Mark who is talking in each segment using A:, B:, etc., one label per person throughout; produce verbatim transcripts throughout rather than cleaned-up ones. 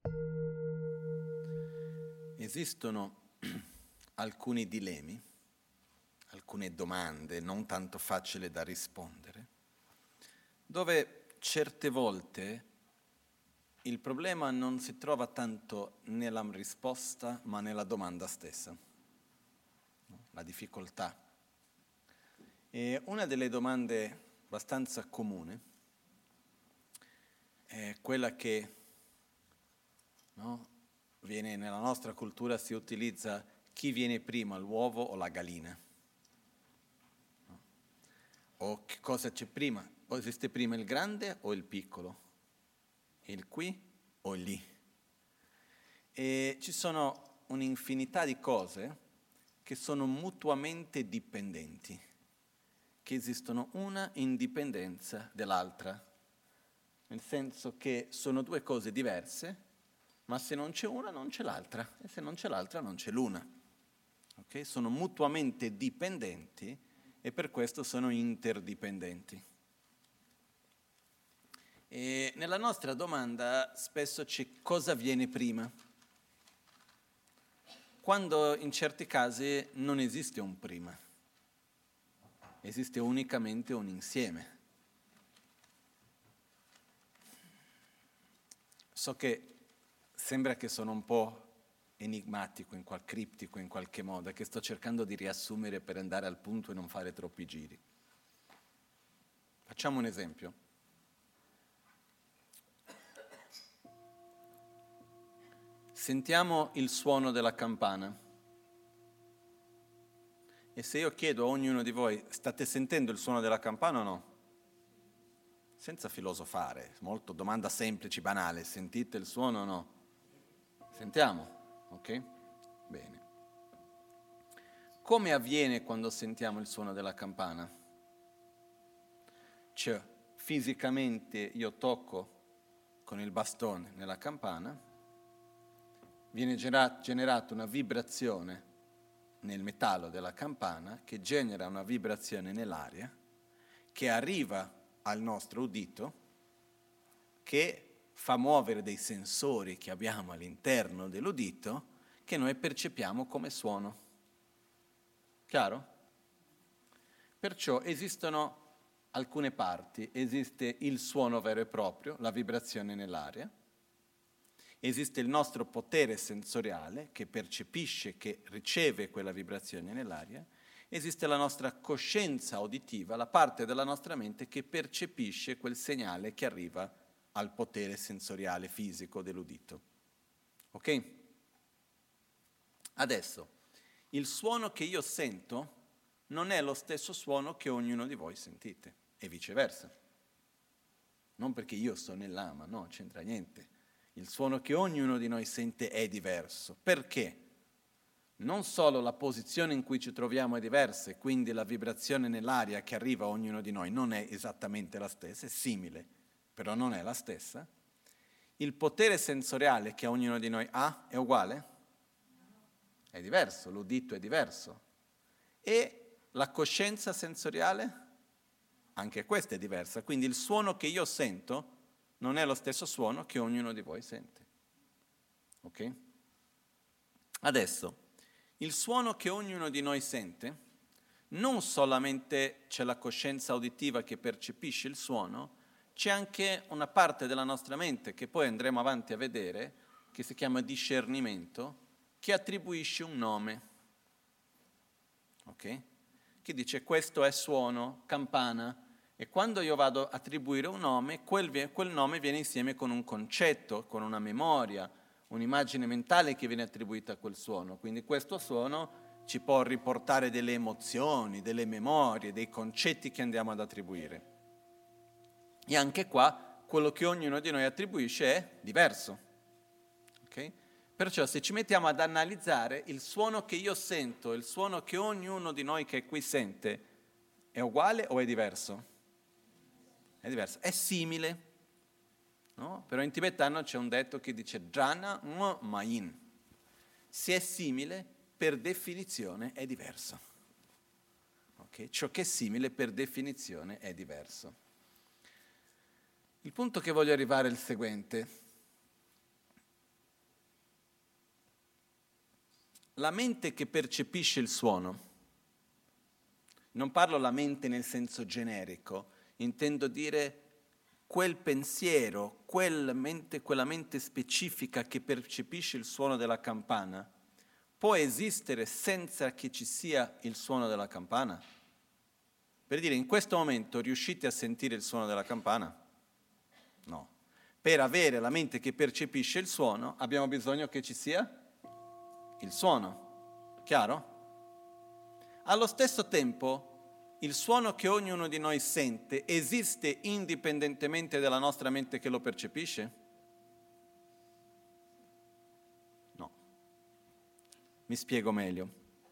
A: Esistono alcuni dilemmi, alcune domande non tanto facili da rispondere, dove certe volte il problema non si trova tanto nella risposta, ma nella domanda stessa, no? La difficoltà. E una delle domande abbastanza comune è quella che, no, viene nella nostra cultura, si utilizza: chi viene prima, l'uovo o la gallina? No? O che cosa c'è prima? O esiste prima il grande o il piccolo? Il qui o il lì? E ci sono un'infinità di cose che sono mutuamente dipendenti, che esistono una indipendenza dell'altra, nel senso che sono due cose diverse, ma se non c'è una non c'è l'altra, e se non c'è l'altra non c'è l'una. Okay? Sono mutuamente dipendenti e per questo sono interdipendenti. E nella nostra domanda spesso c'è cosa viene prima, quando in certi casi non esiste un prima, esiste unicamente un insieme. So che sembra che sono un po' enigmatico, in qual- criptico in qualche modo, che sto cercando di riassumere per andare al punto e non fare troppi giri. Facciamo un esempio. Sentiamo il suono della campana. E se io chiedo a ognuno di voi: state sentendo il suono della campana o no? Senza filosofare, molto domanda semplice, banale: sentite il suono o no? Sentiamo, ok? Bene. Come avviene quando sentiamo il suono della campana? Cioè, fisicamente io tocco con il bastone nella campana, viene generata una vibrazione nel metallo della campana che genera una vibrazione nell'aria che arriva al nostro udito, che fa muovere dei sensori che abbiamo all'interno dell'udito che noi percepiamo come suono. Chiaro? Perciò esistono alcune parti. Esiste il suono vero e proprio, la vibrazione nell'aria. Esiste il nostro potere sensoriale che percepisce, che riceve quella vibrazione nell'aria. Esiste la nostra coscienza uditiva, la parte della nostra mente che percepisce quel segnale che arriva al potere sensoriale fisico dell'udito. Ok? Adesso, il suono che io sento non è lo stesso suono che ognuno di voi sentite, e viceversa. Non perché io sono il lama, no, c'entra niente. Il suono che ognuno di noi sente è diverso. Perché? Non solo la posizione in cui ci troviamo è diversa, e quindi la vibrazione nell'aria che arriva a ognuno di noi non è esattamente la stessa, è simile, però non è la stessa. Il potere sensoriale che ognuno di noi ha è uguale? È diverso, l'udito è diverso. E la coscienza sensoriale? Anche questa è diversa. Quindi il suono che io sento non è lo stesso suono che ognuno di voi sente. Ok? Adesso, il suono che ognuno di noi sente, non solamente c'è la coscienza uditiva che percepisce il suono, c'è anche una parte della nostra mente, che poi andremo avanti a vedere, che si chiama discernimento, che attribuisce un nome. Ok? Che dice: questo è suono, campana. E quando io vado ad attribuire un nome, quel, quel nome viene insieme con un concetto, con una memoria, un'immagine mentale che viene attribuita a quel suono. Quindi questo suono ci può riportare delle emozioni, delle memorie, dei concetti che andiamo ad attribuire. E anche qua, quello che ognuno di noi attribuisce è diverso. Okay? Perciò se ci mettiamo ad analizzare, il suono che io sento, il suono che ognuno di noi che qui sente, è uguale o è diverso? È diverso, è simile, no? Però in tibetano c'è un detto che dice Jana Ngo Mayin. Se è simile, per definizione è diverso. Okay? Ciò che è simile, per definizione, è diverso. Il punto che voglio arrivare è il seguente. la mente che percepisce il suono, non parlo la mente nel senso generico, intendo dire quel pensiero, quella mente, quella mente specifica che percepisce il suono della campana, può esistere senza che ci sia il suono della campana? Per dire, in questo momento riuscite a sentire il suono della campana? No. Per avere la mente che percepisce il suono, abbiamo bisogno che ci sia il suono. Chiaro? Allo stesso tempo, il suono che ognuno di noi sente esiste indipendentemente dalla nostra mente che lo percepisce? No. Mi spiego meglio.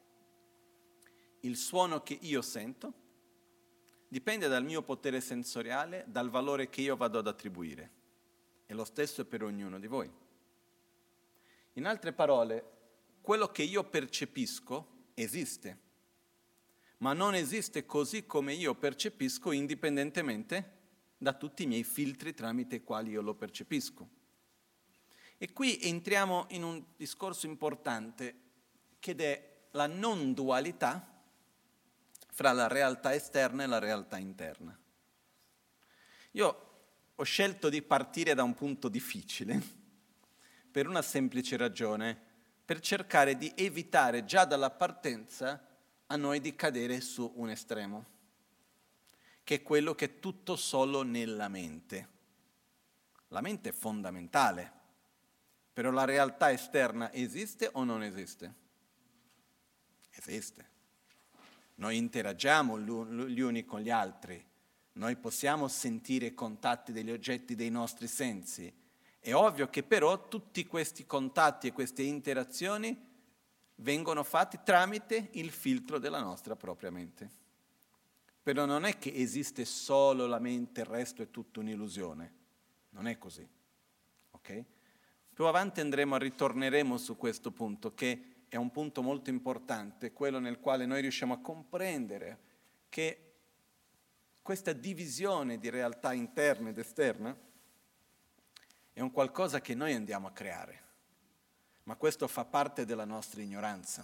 A: Il suono che io sento dipende dal mio potere sensoriale, dal valore che io vado ad attribuire. E lo stesso è per ognuno di voi. In altre parole, quello che io percepisco esiste, ma non esiste così come io percepisco indipendentemente da tutti i miei filtri tramite i quali io lo percepisco. E qui entriamo in un discorso importante che è la non dualità fra la realtà esterna e la realtà interna. Io ho scelto di partire da un punto difficile per una semplice ragione, per cercare di evitare già dalla partenza a noi di cadere su un estremo, che è quello che è tutto solo nella mente. La mente è fondamentale, però la realtà esterna esiste o non esiste? Esiste. Noi interagiamo gli uni con gli altri, noi possiamo sentire i contatti degli oggetti dei nostri sensi. È ovvio che però tutti questi contatti e queste interazioni vengono fatti tramite il filtro della nostra propria mente. Però non è che esiste solo la mente, il resto è tutta un'illusione. Non è così. Ok? Più avanti andremo, ritorneremo su questo punto, che è un punto molto importante, quello nel quale noi riusciamo a comprendere che questa divisione di realtà interna ed esterna è un qualcosa che noi andiamo a creare. Ma questo fa parte della nostra ignoranza.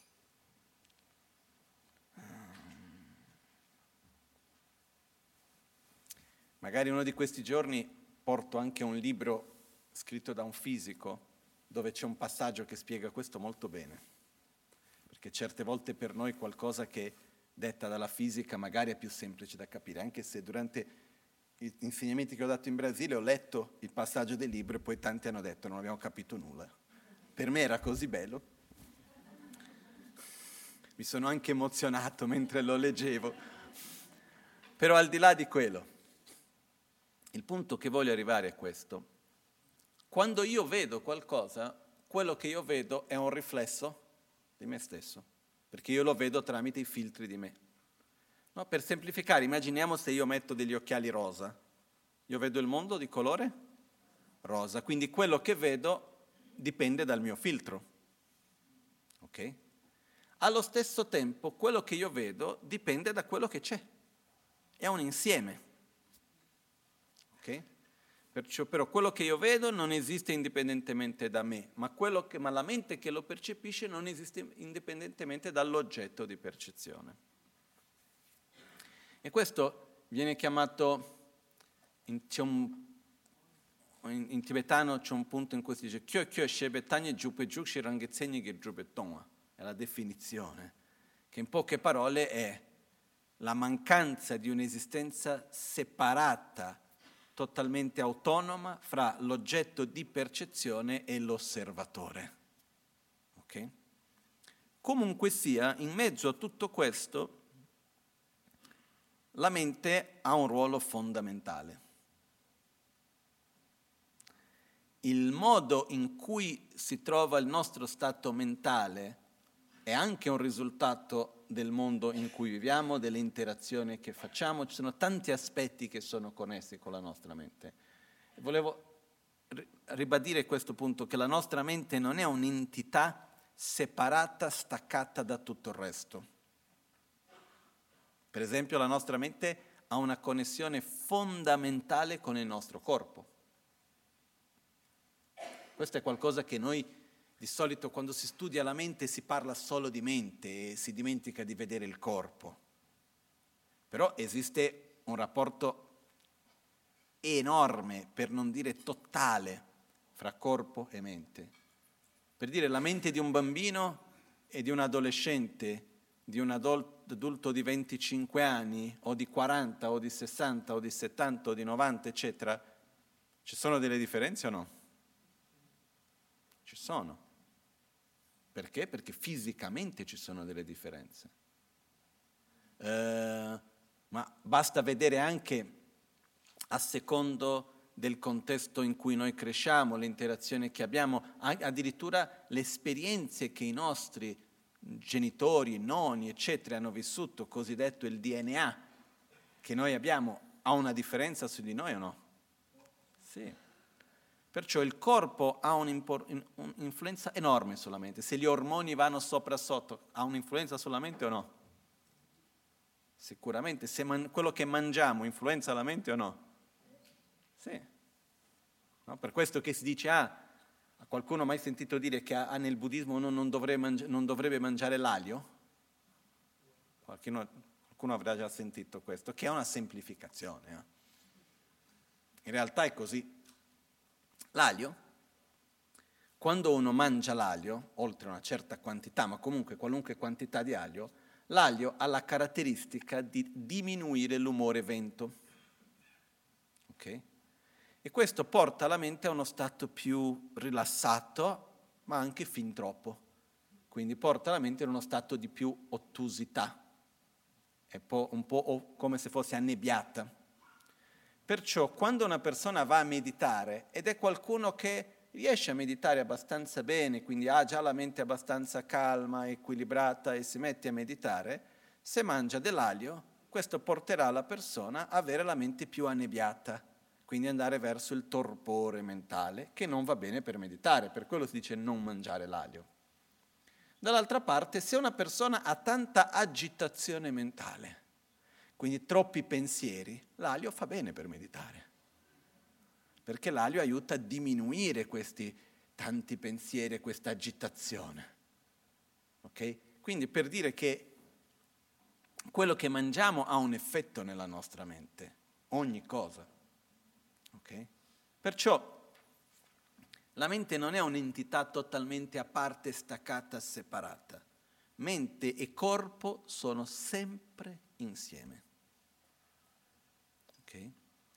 A: Magari uno di questi giorni porto anche un libro scritto da un fisico dove c'è un passaggio che spiega questo molto bene. Perché certe volte per noi qualcosa che detta dalla fisica magari è più semplice da capire, anche se durante gli insegnamenti che ho dato in Brasile ho letto il passaggio del libro e poi tanti hanno detto non abbiamo capito nulla. Per me era così bello. Mi sono anche emozionato mentre lo leggevo. Però al di là di quello, il punto che voglio arrivare è questo. Quando io vedo qualcosa, quello che io vedo è un riflesso di me stesso, perché io lo vedo tramite i filtri di me. No, per semplificare, immaginiamo se io metto degli occhiali rosa. Io vedo il mondo di colore rosa, quindi quello che vedo dipende dal mio filtro, ok? Allo stesso tempo, quello che io vedo dipende da quello che c'è, è un insieme, ok? Perciò, però quello che io vedo non esiste indipendentemente da me, ma, quello che, ma la mente che lo percepisce non esiste indipendentemente dall'oggetto di percezione. E questo viene chiamato, in, c'è un In, in tibetano c'è un punto in cui si dice Kyo Kyo Shebetanye Jupe Jukshi Rangezegni Ge Jubetonga. È la definizione, che in poche parole è la mancanza di un'esistenza separata, totalmente autonoma, fra l'oggetto di percezione e l'osservatore. Ok? Comunque sia, in mezzo a tutto questo, la mente ha un ruolo fondamentale. Il modo in cui si trova il nostro stato mentale è anche un risultato del mondo in cui viviamo, delle interazioni che facciamo. Ci sono tanti aspetti che sono connessi con la nostra mente. Volevo ribadire questo punto, che la nostra mente non è un'entità separata, staccata da tutto il resto. Per esempio, la nostra mente ha una connessione fondamentale con il nostro corpo. Questo è qualcosa che noi Di solito quando si studia la mente si parla solo di mente e si dimentica di vedere il corpo. Però esiste un rapporto enorme, per non dire totale, fra corpo e mente. Per dire, la mente di un bambino e di un adolescente, di un adulto di venticinque anni, o di quaranta, o di sessanta, o di settanta, o di novanta, eccetera, ci sono delle differenze o no? Ci sono. Perché? Perché fisicamente ci sono delle differenze. Eh, ma basta vedere anche a secondo del contesto in cui noi cresciamo, le interazioni che abbiamo, addirittura le esperienze che i nostri genitori, nonni, eccetera, hanno vissuto, cosiddetto il D N A, che noi abbiamo, ha una differenza su di noi o no? Sì. Perciò il corpo ha un'influenza enorme sulla mente. Se gli ormoni vanno sopra sotto, ha un'influenza sulla mente o no? Sicuramente. Se man- quello che mangiamo influenza la mente o no? Sì. No? Per questo che si dice, ah, a qualcuno ha mai sentito dire che ah, nel buddismo uno non dovrebbe, mangi- non dovrebbe mangiare l'aglio? Qualcuno, qualcuno avrà già sentito questo, che è una semplificazione. Eh? In realtà è così. L'aglio, quando uno mangia l'aglio, oltre una certa quantità, ma comunque qualunque quantità di aglio, l'aglio ha la caratteristica di diminuire l'umore vento. Ok? E questo porta la mente a uno stato più rilassato, ma anche fin troppo. Quindi porta la mente in uno stato di più ottusità, è un po' come se fosse annebbiata. Perciò quando una persona va a meditare, ed è qualcuno che riesce a meditare abbastanza bene, quindi ha già la mente abbastanza calma, equilibrata e si mette a meditare, se mangia dell'aglio, questo porterà la persona a avere la mente più annebbiata, quindi andare verso il torpore mentale, che non va bene per meditare, per quello si dice non mangiare l'aglio. Dall'altra parte, se una persona ha tanta agitazione mentale, quindi troppi pensieri, l'aglio fa bene per meditare, perché l'aglio aiuta a diminuire questi tanti pensieri e questa agitazione. Ok? Quindi per dire che quello che mangiamo ha un effetto nella nostra mente, ogni cosa. Okay? Perciò la mente non è un'entità totalmente a parte, staccata, separata. Mente e corpo sono sempre insieme. Okay?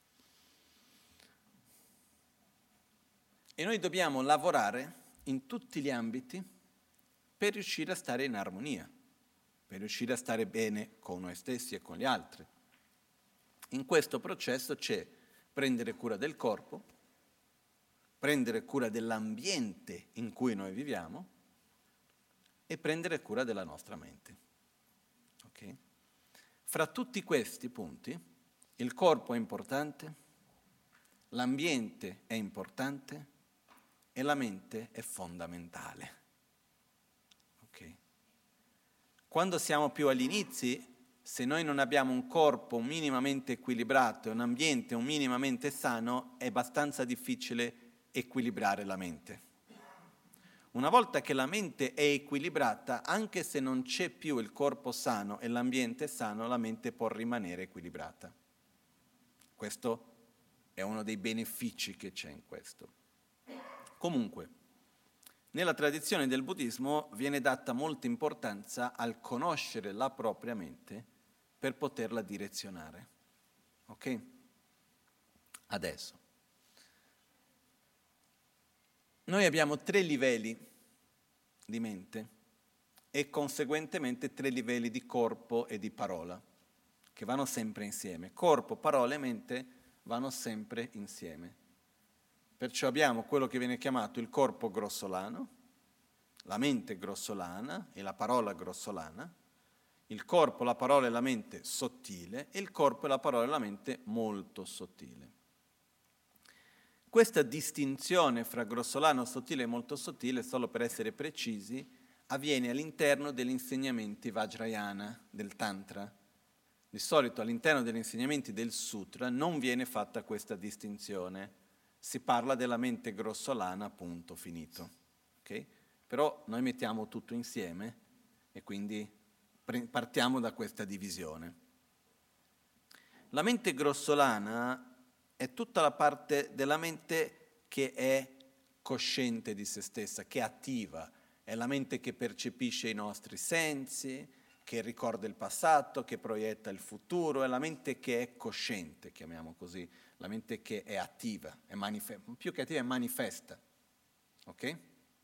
A: E noi dobbiamo lavorare in tutti gli ambiti per riuscire a stare in armonia, per riuscire a stare bene con noi stessi e con gli altri. In questo processo c'è prendere cura del corpo, prendere cura dell'ambiente in cui noi viviamo e prendere cura della nostra mente. Okay? Fra tutti questi punti, il corpo è importante, l'ambiente è importante e la mente è fondamentale. Okay? Quando siamo più agli inizi, se noi non abbiamo un corpo minimamente equilibrato e un ambiente un minimamente sano, è abbastanza difficile equilibrare la mente. Una volta che la mente è equilibrata, anche se non c'è più il corpo sano e l'ambiente sano, la mente può rimanere equilibrata. Questo è uno dei benefici che c'è in questo. Comunque, nella tradizione del buddismo viene data molta importanza al conoscere la propria mente per poterla direzionare. Ok? Adesso. Noi abbiamo tre livelli di mente e conseguentemente tre livelli di corpo e di parola, che vanno sempre insieme. Corpo, parola e mente vanno sempre insieme. Perciò abbiamo quello che viene chiamato il corpo grossolano, la mente grossolana e la parola grossolana, il corpo, la parola e la mente sottile e il corpo e la parola e la mente molto sottile. Questa distinzione fra grossolano, sottile e molto sottile, solo per essere precisi, avviene all'interno degli insegnamenti Vajrayana, del Tantra. Di solito all'interno degli insegnamenti del Sutra non viene fatta questa distinzione, si parla della mente grossolana, punto, finito. Okay? però noi mettiamo tutto insieme e quindi partiamo da questa divisione. La mente grossolana è tutta la parte della mente che è cosciente di se stessa, che è attiva, è la mente che percepisce i nostri sensi, che ricorda il passato, che proietta il futuro, è la mente che è cosciente, chiamiamo così, la mente che è attiva, è manife- più che attiva è manifesta. Ok?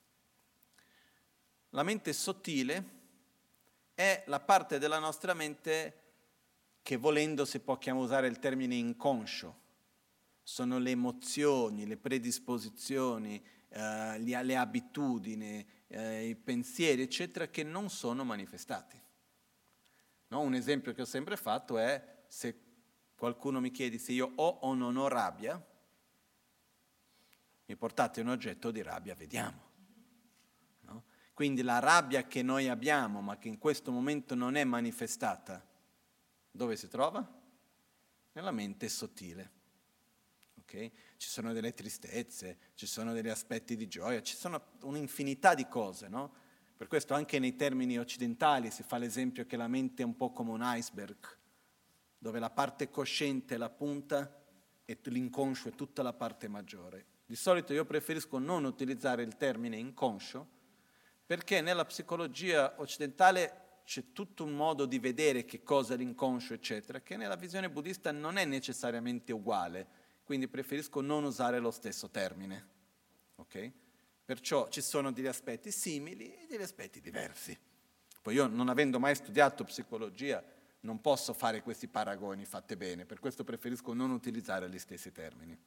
A: La mente sottile è la parte della nostra mente che, volendo, si può chiamare, usare il termine inconscio. Sono le emozioni, le predisposizioni, eh, le, le abitudini, eh, i pensieri, eccetera, che non sono manifestati. No? Un esempio che ho sempre fatto è, se qualcuno mi chiede se io ho o non ho rabbia, mi portate un oggetto di rabbia, vediamo. No? Quindi la rabbia che noi abbiamo, ma che in questo momento non è manifestata, dove si trova? Nella mente sottile. Okay? Ci sono delle tristezze, ci sono degli aspetti di gioia, ci sono un'infinità di cose, no? Per questo anche nei termini occidentali si fa l'esempio che la mente è un po' come un iceberg, dove la parte cosciente è la punta e l'inconscio è tutta la parte maggiore. Di solito io preferisco non utilizzare il termine inconscio, perché nella psicologia occidentale c'è tutto un modo di vedere che cosa è l'inconscio, eccetera, che nella visione buddista non è necessariamente uguale, quindi preferisco non usare lo stesso termine. Ok? Perciò ci sono degli aspetti simili e degli aspetti diversi. Poi io, non avendo mai studiato psicologia, non posso fare questi paragoni fatte bene, per questo preferisco non utilizzare gli stessi termini.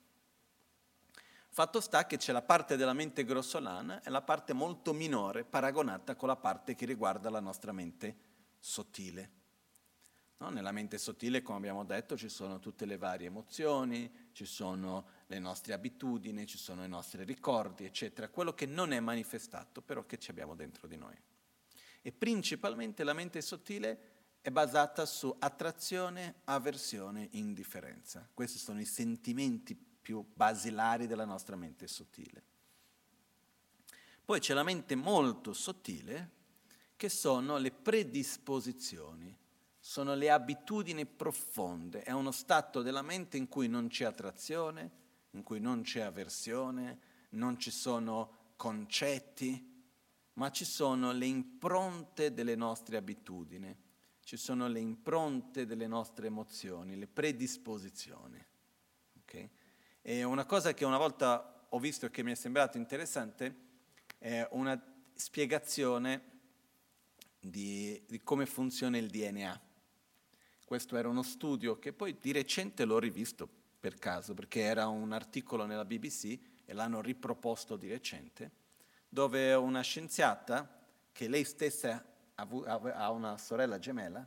A: Fatto sta che c'è la parte della mente grossolana e la parte molto minore paragonata con la parte che riguarda la nostra mente sottile. No? Nella mente sottile, come abbiamo detto, ci sono tutte le varie emozioni, ci sono le nostre abitudini, ci sono i nostri ricordi, eccetera, quello che non è manifestato, però che ci abbiamo dentro di noi. E principalmente la mente sottile è basata su attrazione, avversione, indifferenza. Questi sono i sentimenti più basilari della nostra mente sottile. Poi c'è la mente molto sottile, che sono le predisposizioni, sono le abitudini profonde, è uno stato della mente in cui non c'è attrazione, in cui non c'è avversione, non ci sono concetti, ma ci sono le impronte delle nostre abitudini, ci sono le impronte delle nostre emozioni, le predisposizioni. Okay? E una cosa che una volta ho visto e che mi è sembrato interessante è una spiegazione di, di come funziona il D N A. Questo era uno studio che poi di recente l'ho rivisto per caso, perché era un articolo nella B B C e l'hanno riproposto di recente, dove una scienziata, che lei stessa ha una sorella gemella,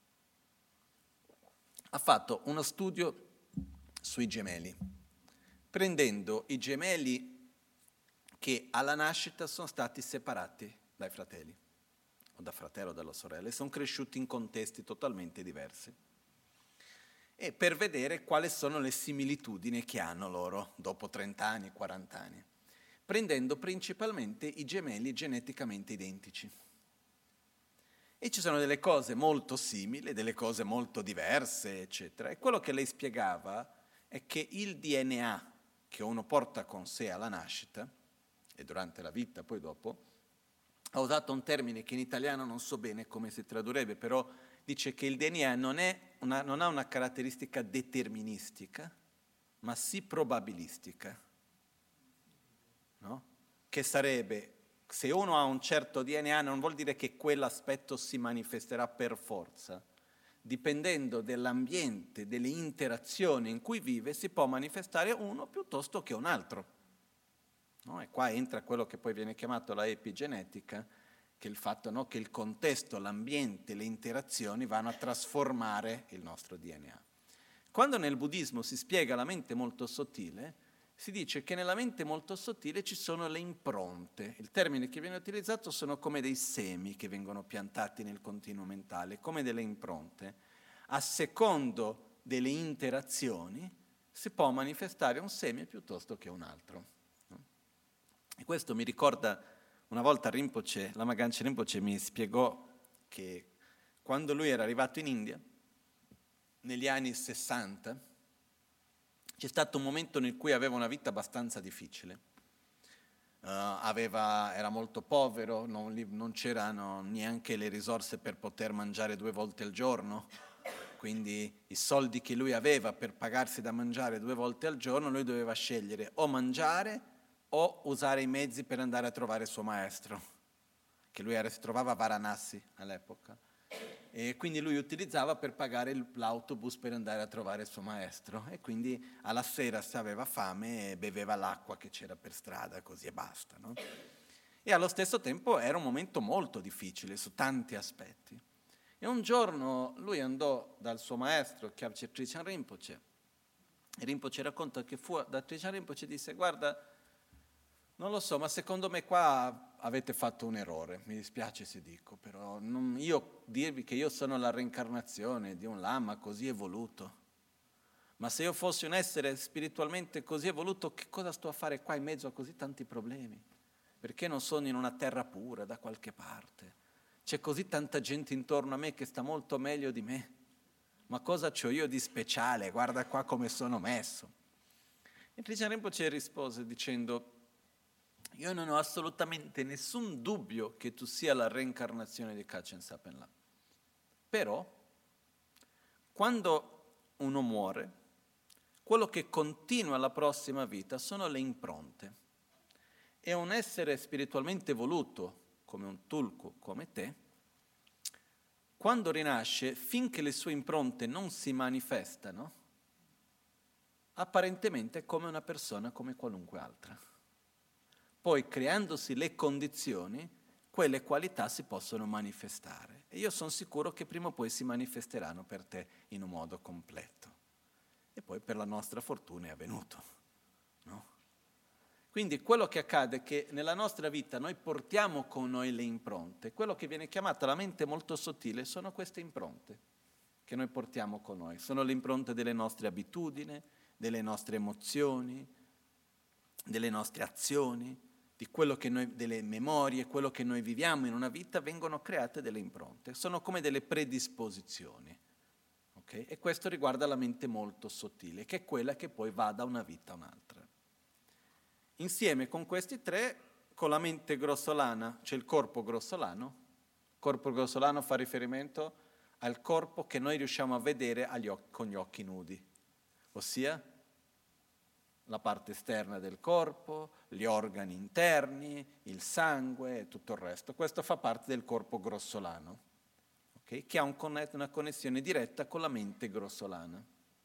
A: ha fatto uno studio sui gemelli, prendendo i gemelli che alla nascita sono stati separati dai fratelli, o da fratello o dalla sorella, e sono cresciuti in contesti totalmente diversi. E per vedere quali sono le similitudini che hanno loro dopo trenta anni, quaranta anni, prendendo principalmente i gemelli geneticamente identici. E ci sono delle cose molto simili, delle cose molto diverse, eccetera. E quello che lei spiegava è che il D N A che uno porta con sé alla nascita, e durante la vita poi dopo, ha usato un termine che in italiano non so bene come si tradurrebbe, però dice che il D N A non, è una, non ha una caratteristica deterministica, ma sì probabilistica. No? Che sarebbe, se uno ha un certo D N A non vuol dire che quell'aspetto si manifesterà per forza. Dipendendo dall'ambiente, delle interazioni in cui vive, si può manifestare uno piuttosto che un altro. No? E qua entra quello che poi viene chiamato la epigenetica, che è il fatto, no, che il contesto, l'ambiente, le interazioni vanno a trasformare il nostro D N A. Quando nel buddismo si spiega la mente molto sottile, si dice che nella mente molto sottile ci sono le impronte. Il termine che viene utilizzato sono come dei semi che vengono piantati nel continuo mentale, come delle impronte. A secondo delle interazioni si può manifestare un seme piuttosto che un altro. E questo mi ricorda Una volta Rinpoche, Lama Ganchen Rinpoche mi spiegò che quando lui era arrivato in India, negli anni sessanta, c'è stato un momento in cui aveva una vita abbastanza difficile. Uh, aveva, era molto povero, non, non c'erano neanche le risorse per poter mangiare due volte al giorno, quindi i soldi che lui aveva per pagarsi da mangiare due volte al giorno, lui doveva scegliere o mangiare o usare i mezzi per andare a trovare il suo maestro, che lui era, si trovava a Varanasi all'epoca. E quindi lui utilizzava per pagare l'autobus per andare a trovare il suo maestro, e quindi alla sera, se aveva fame, beveva l'acqua che c'era per strada, così e basta, no? E allo stesso tempo era un momento molto difficile su tanti aspetti. E un giorno lui andò dal suo maestro, Kyabche Trichan Rinpoche, e Rinpoche racconta che fu da Trichan Rinpoche e disse: guarda, non lo so, ma secondo me qua avete fatto un errore, mi dispiace se dico, però non, io dirvi che io sono la reincarnazione di un lama così evoluto, ma se io fossi un essere spiritualmente così evoluto, che cosa sto a fare qua in mezzo a così tanti problemi? Perché non sono in una terra pura da qualche parte? C'è così tanta gente intorno a me che sta molto meglio di me, ma cosa c'ho io di speciale? Guarda qua come sono messo. E Trichan Rinpoche rispose dicendo: io non ho assolutamente nessun dubbio che tu sia la reincarnazione di Kachen Sapen Lama. Però, quando uno muore, quello che continua la prossima vita sono le impronte. E un essere spiritualmente evoluto, come un tulku, come te, quando rinasce, finché le sue impronte non si manifestano, apparentemente è come una persona come qualunque altra. Poi, creandosi le condizioni, quelle qualità si possono manifestare. E io sono sicuro che prima o poi si manifesteranno per te in un modo completo. E poi, per la nostra fortuna, è avvenuto, no? Quindi quello che accade è che nella nostra vita noi portiamo con noi le impronte. Quello che viene chiamato la mente molto sottile sono queste impronte che noi portiamo con noi. Sono le impronte delle nostre abitudini, delle nostre emozioni, delle nostre azioni, di quello che noi, delle memorie, quello che noi viviamo in una vita, vengono create delle impronte, sono come delle predisposizioni, okay? E questo riguarda la mente molto sottile, che è quella che poi va da una vita a un'altra. Insieme con questi tre, con la mente grossolana, c'è il corpo grossolano. Il corpo grossolano fa riferimento al corpo che noi riusciamo a vedere agli occhi, con gli occhi nudi, ossia la parte esterna del corpo, gli organi interni, il sangue e tutto il resto. Questo fa parte del corpo grossolano, okay? Che ha un connet- una connessione diretta con la mente grossolana.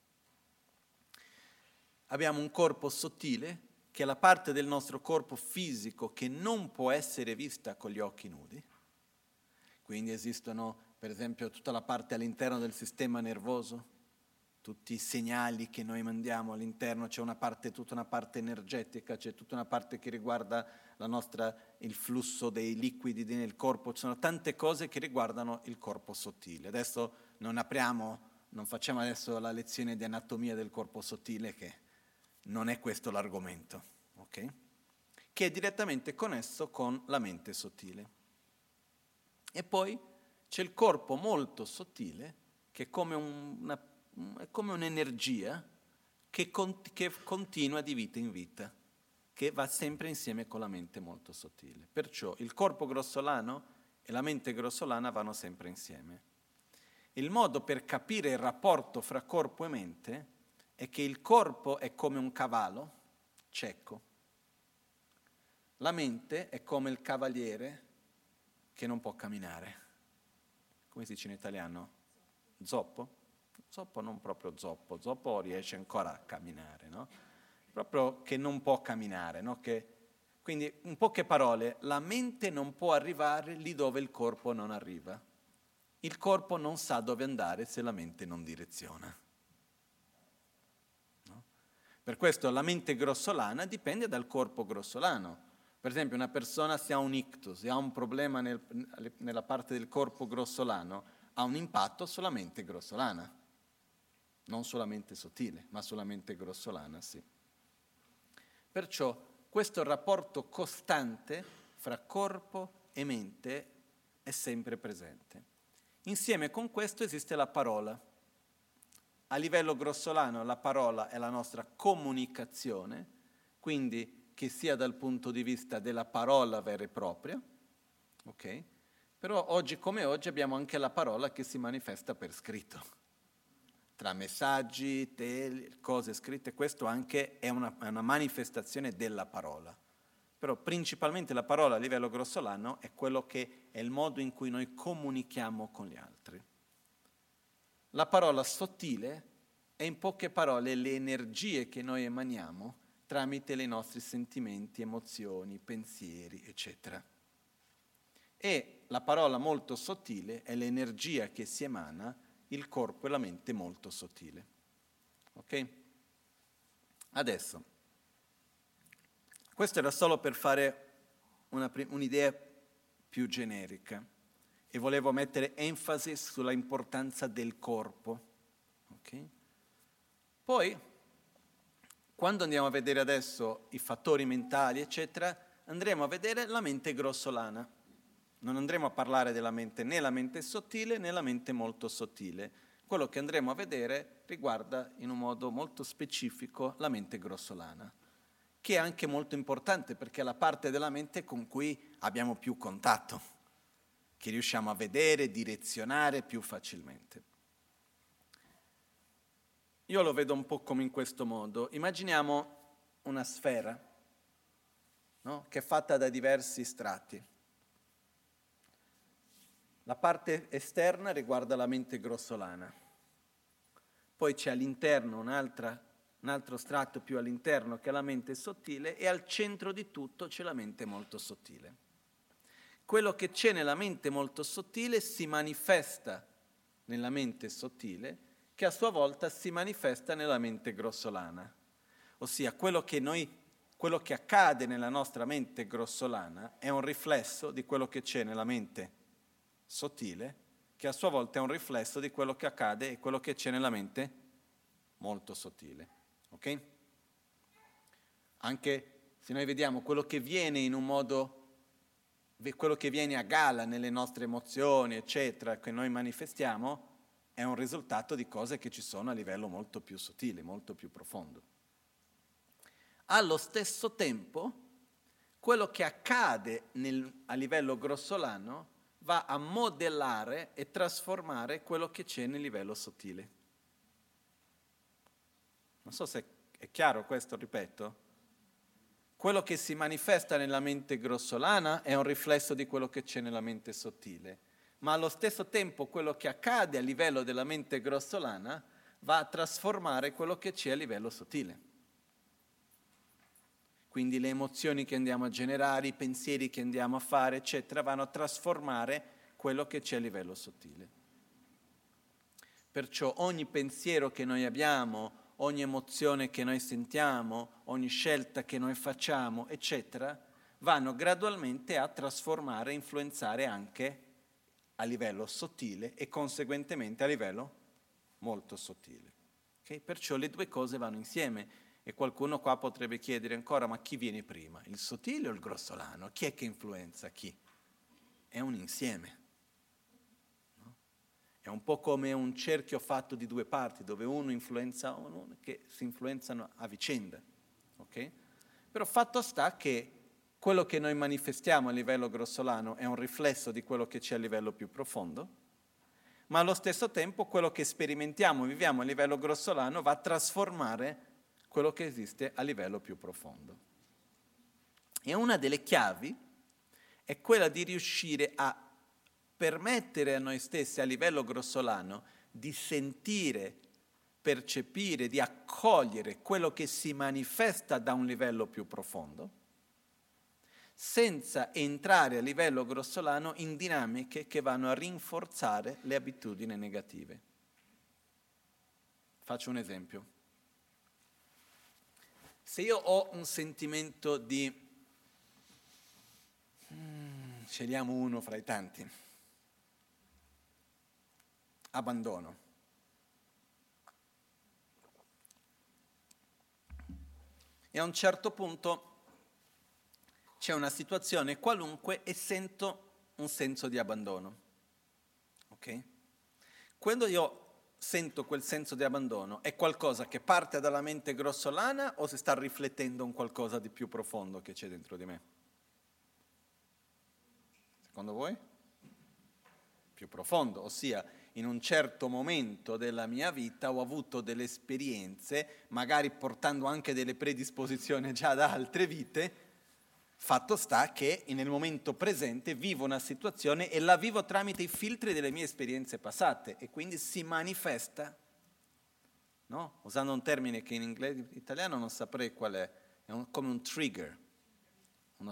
A: Abbiamo un corpo sottile, che è la parte del nostro corpo fisico che non può essere vista con gli occhi nudi. Quindi esistono, per esempio, tutta la parte all'interno del sistema nervoso, tutti i segnali che noi mandiamo all'interno, c'è una parte, tutta una parte energetica, c'è tutta una parte che riguarda la nostra, il flusso dei liquidi nel corpo, ci sono tante cose che riguardano il corpo sottile. Adesso non apriamo, non facciamo adesso la lezione di anatomia del corpo sottile, che non è questo l'argomento, ok? Che è direttamente connesso con la mente sottile. E poi c'è il corpo molto sottile, che è come un, una è come un'energia che, cont- che continua di vita in vita, che va sempre insieme con la mente molto sottile. Perciò il corpo grossolano e la mente grossolana vanno sempre insieme. Il modo per capire il rapporto fra corpo e mente è che il corpo è come un cavallo cieco, la mente è come il cavaliere che non può camminare. Come si dice in italiano? Zoppo? Zoppo non proprio zoppo, zoppo riesce ancora a camminare, no? Proprio che non può camminare, no? Che, quindi, in poche parole, la mente non può arrivare lì dove il corpo non arriva. Il corpo non sa dove andare se la mente non direziona. No? Per questo la mente grossolana dipende dal corpo grossolano. Per esempio, una persona se ha un ictus, se ha un problema nel, nella parte del corpo grossolano, ha un impatto sulla mente grossolana. Non solamente sottile, ma solamente grossolana, sì. Perciò questo rapporto costante fra corpo e mente è sempre presente. Insieme con questo esiste la parola. A livello grossolano la parola è la nostra comunicazione, quindi che sia dal punto di vista della parola vera e propria, ok? Però oggi come oggi abbiamo anche la parola che si manifesta per scritto. Tra messaggi, tele, cose scritte, questo anche è una, è una manifestazione della parola. Però principalmente la parola a livello grossolano è quello che è il modo in cui noi comunichiamo con gli altri. La parola sottile è in poche parole le energie che noi emaniamo tramite i nostri sentimenti, emozioni, pensieri, eccetera. E la parola molto sottile è l'energia che si emana, il corpo e la mente molto sottile. Ok? Adesso, questo era solo per fare una, un'idea più generica e volevo mettere enfasi sulla importanza del corpo. Ok? Poi, quando andiamo a vedere adesso i fattori mentali, eccetera, andremo a vedere la mente grossolana. Non andremo a parlare della mente né la mente sottile né la mente molto sottile. Quello che andremo a vedere riguarda in un modo molto specifico la mente grossolana, che è anche molto importante perché è la parte della mente con cui abbiamo più contatto, che riusciamo a vedere, direzionare più facilmente. Io lo vedo un po' come in questo modo. Immaginiamo una sfera, no? Che è fatta da diversi strati. La parte esterna riguarda la mente grossolana, poi c'è all'interno un'altra, un altro strato più all'interno che è la mente sottile e al centro di tutto c'è la mente molto sottile. Quello che c'è nella mente molto sottile si manifesta nella mente sottile, che a sua volta si manifesta nella mente grossolana. Ossia, quello che noi, quello che accade nella nostra mente grossolana è un riflesso di quello che c'è nella mente sottile, che a sua volta è un riflesso di quello che accade e quello che c'è nella mente molto sottile. Ok? Anche se noi vediamo quello che viene in un modo, quello che viene a galla nelle nostre emozioni, eccetera, che noi manifestiamo, è un risultato di cose che ci sono a livello molto più sottile, molto più profondo. Allo stesso tempo, quello che accade nel, a livello grossolano va a modellare e trasformare quello che c'è nel livello sottile. Non so se è chiaro questo, ripeto. Quello che si manifesta nella mente grossolana è un riflesso di quello che c'è nella mente sottile, ma allo stesso tempo quello che accade a livello della mente grossolana va a trasformare quello che c'è a livello sottile. Quindi le emozioni che andiamo a generare, i pensieri che andiamo a fare, eccetera, vanno a trasformare quello che c'è a livello sottile. Perciò ogni pensiero che noi abbiamo, ogni emozione che noi sentiamo, ogni scelta che noi facciamo, eccetera, vanno gradualmente a trasformare e influenzare anche a livello sottile e conseguentemente a livello molto sottile. Okay? Perciò le due cose vanno insieme. E qualcuno qua potrebbe chiedere ancora, ma chi viene prima? Il sottile o il grossolano? Chi è che influenza chi? È un insieme. No? È un po' come un cerchio fatto di due parti, dove uno influenza uno, che si influenzano a vicenda. Okay? Però fatto sta che quello che noi manifestiamo a livello grossolano è un riflesso di quello che c'è a livello più profondo, ma allo stesso tempo quello che sperimentiamo, viviamo a livello grossolano va a trasformare quello che esiste a livello più profondo. E una delle chiavi è quella di riuscire a permettere a noi stessi a livello grossolano di sentire, percepire, di accogliere quello che si manifesta da un livello più profondo, senza entrare a livello grossolano in dinamiche che vanno a rinforzare le abitudini negative. Faccio un esempio. Se io ho un sentimento di, hmm, scegliamo uno fra i tanti, abbandono. E a un certo punto c'è una situazione qualunque e sento un senso di abbandono. Ok? Quando io sento quel senso di abbandono, è qualcosa che parte dalla mente grossolana o si sta riflettendo un qualcosa di più profondo che c'è dentro di me? Secondo voi? Più profondo, ossia in un certo momento della mia vita ho avuto delle esperienze, magari portando anche delle predisposizioni già da altre vite. Fatto sta che nel momento presente vivo una situazione e la vivo tramite i filtri delle mie esperienze passate e quindi si manifesta, no? Usando un termine che in inglese, in italiano non saprei qual è, è un, come un trigger, uno,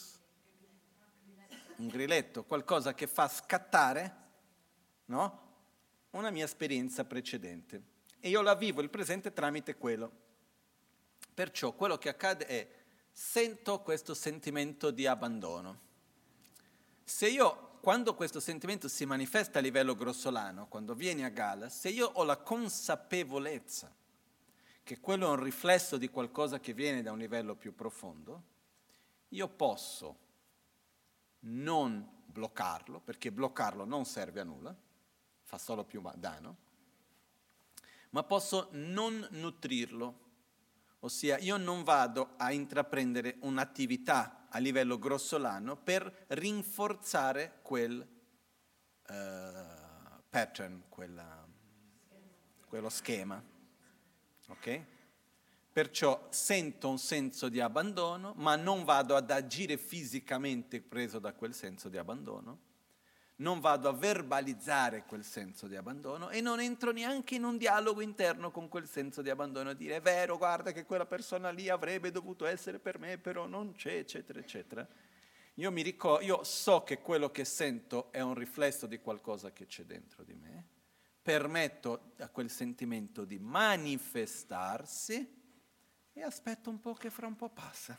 A: un grilletto, qualcosa che fa scattare, no? Una mia esperienza precedente e io la vivo il presente tramite quello. Perciò quello che accade è sento questo sentimento di abbandono. Se io, quando questo sentimento si manifesta a livello grossolano, quando vieni a galla, se io ho la consapevolezza che quello è un riflesso di qualcosa che viene da un livello più profondo, io posso non bloccarlo, perché bloccarlo non serve a nulla, fa solo più danno, ma posso non nutrirlo. Ossia, io non vado a intraprendere un'attività a livello grossolano per rinforzare quel uh, pattern, quella, quello schema. Ok? Perciò sento un senso di abbandono, ma non vado ad agire fisicamente preso da quel senso di abbandono. Non vado a verbalizzare quel senso di abbandono e non entro neanche in un dialogo interno con quel senso di abbandono a dire è vero, guarda che quella persona lì avrebbe dovuto essere per me, però non c'è, eccetera, eccetera. Io, mi ricordo, io so che quello che sento è un riflesso di qualcosa che c'è dentro di me, permetto a quel sentimento di manifestarsi e aspetto un po' che fra un po' passa.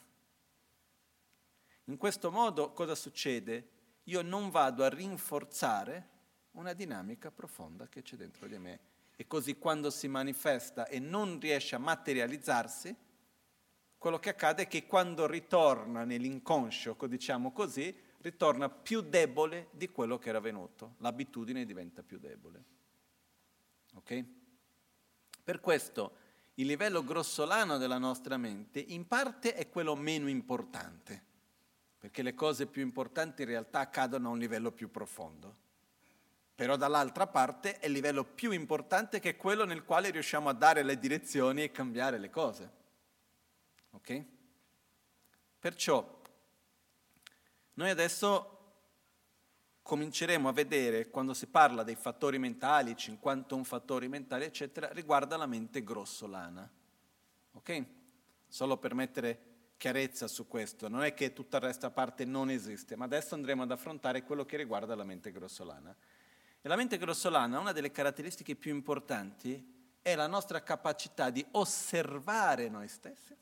A: In questo modo cosa succede? Io non vado a rinforzare una dinamica profonda che c'è dentro di me. E così quando si manifesta e non riesce a materializzarsi, quello che accade è che quando ritorna nell'inconscio, diciamo così, ritorna più debole di quello che era venuto. L'abitudine diventa più debole. Ok? Per questo il livello grossolano della nostra mente in parte è quello meno importante, perché le cose più importanti in realtà accadono a un livello più profondo. Però dall'altra parte è il livello più importante che è quello nel quale riusciamo a dare le direzioni e cambiare le cose. Ok? Perciò noi adesso cominceremo a vedere, quando si parla dei fattori mentali, cinquantuno fattori mentali, eccetera, riguarda la mente grossolana. Ok? Solo per mettere chiarezza su questo, non è che tutta il resto a parte non esiste, ma adesso andremo ad affrontare quello che riguarda la mente grossolana. E la mente grossolana, una delle caratteristiche più importanti, è la nostra capacità di osservare noi stessi,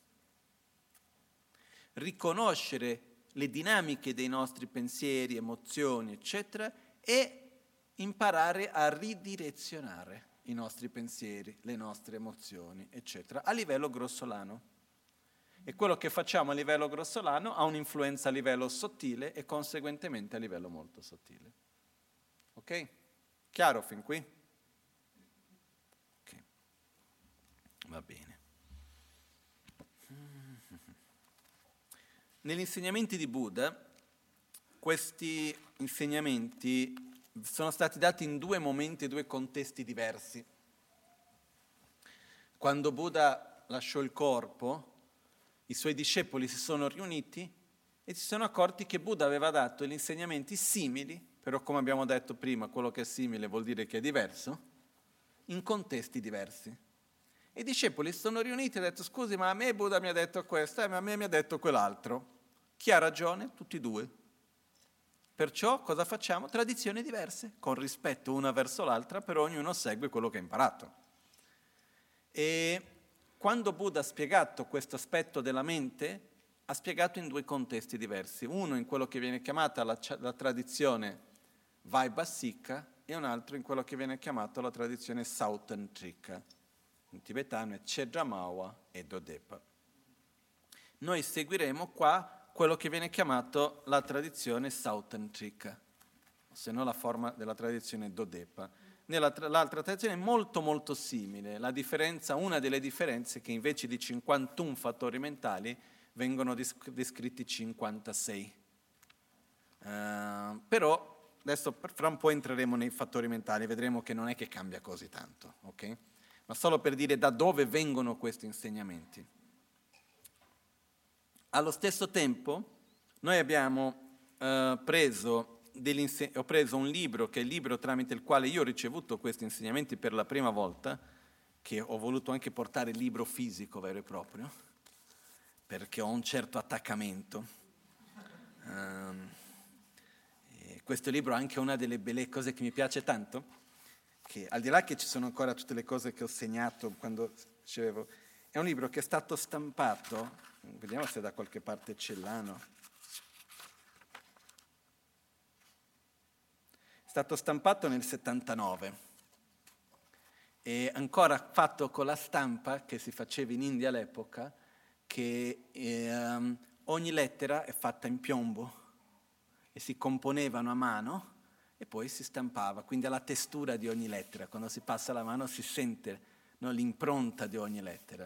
A: riconoscere le dinamiche dei nostri pensieri, emozioni, eccetera, e imparare a ridirezionare i nostri pensieri, le nostre emozioni, eccetera, a livello grossolano. E quello che facciamo a livello grossolano ha un'influenza a livello sottile e conseguentemente a livello molto sottile. Ok? Chiaro fin qui? Ok. Va bene. Negli insegnamenti di Buddha, questi insegnamenti sono stati dati in due momenti e due contesti diversi. Quando Buddha lasciò il corpo, i suoi discepoli si sono riuniti e si sono accorti che Buddha aveva dato gli insegnamenti simili, però come abbiamo detto prima, quello che è simile vuol dire che è diverso, in contesti diversi. E i discepoli si sono riuniti e hanno detto, scusi, ma a me Buddha mi ha detto questo, eh, ma a me mi ha detto quell'altro. Chi ha ragione? Tutti e due. Perciò cosa facciamo? Tradizioni diverse, con rispetto una verso l'altra, però ognuno segue quello che ha imparato. E quando Buddha ha spiegato questo aspetto della mente, ha spiegato in due contesti diversi. Uno in quello che viene chiamata la, la tradizione Vaibhasika e un altro in quello che viene chiamato la tradizione Sautantrika. In tibetano è Chedramāwa e Dodepa. Noi seguiremo qua quello che viene chiamato la tradizione Sautantrika, se no la forma della tradizione Dodepa. Nella tra- l'altra tradizione è molto molto simile, la differenza, una delle differenze è che invece di cinquantuno fattori mentali vengono dis- descritti cinquantasei. Uh, però adesso fra un po' entreremo nei fattori mentali, vedremo che non è che cambia così tanto, ok? Ma solo per dire da dove vengono questi insegnamenti. Allo stesso tempo noi abbiamo uh, preso ho preso un libro che è il libro tramite il quale io ho ricevuto questi insegnamenti per la prima volta, che ho voluto anche portare il libro fisico vero e proprio, perché ho un certo attaccamento. Um, e questo libro ha anche una delle belle cose che mi piace tanto, che al di là che ci sono ancora tutte le cose che ho segnato quando dicevo, è un libro che è stato stampato, vediamo se da qualche parte ce l'hanno, è stato stampato nel settantanove e ancora fatto con la stampa che si faceva in India all'epoca, che eh, ogni lettera è fatta in piombo e si componevano a mano e poi si stampava, quindi alla textura di ogni lettera, quando si passa la mano si sente, no, l'impronta di ogni lettera.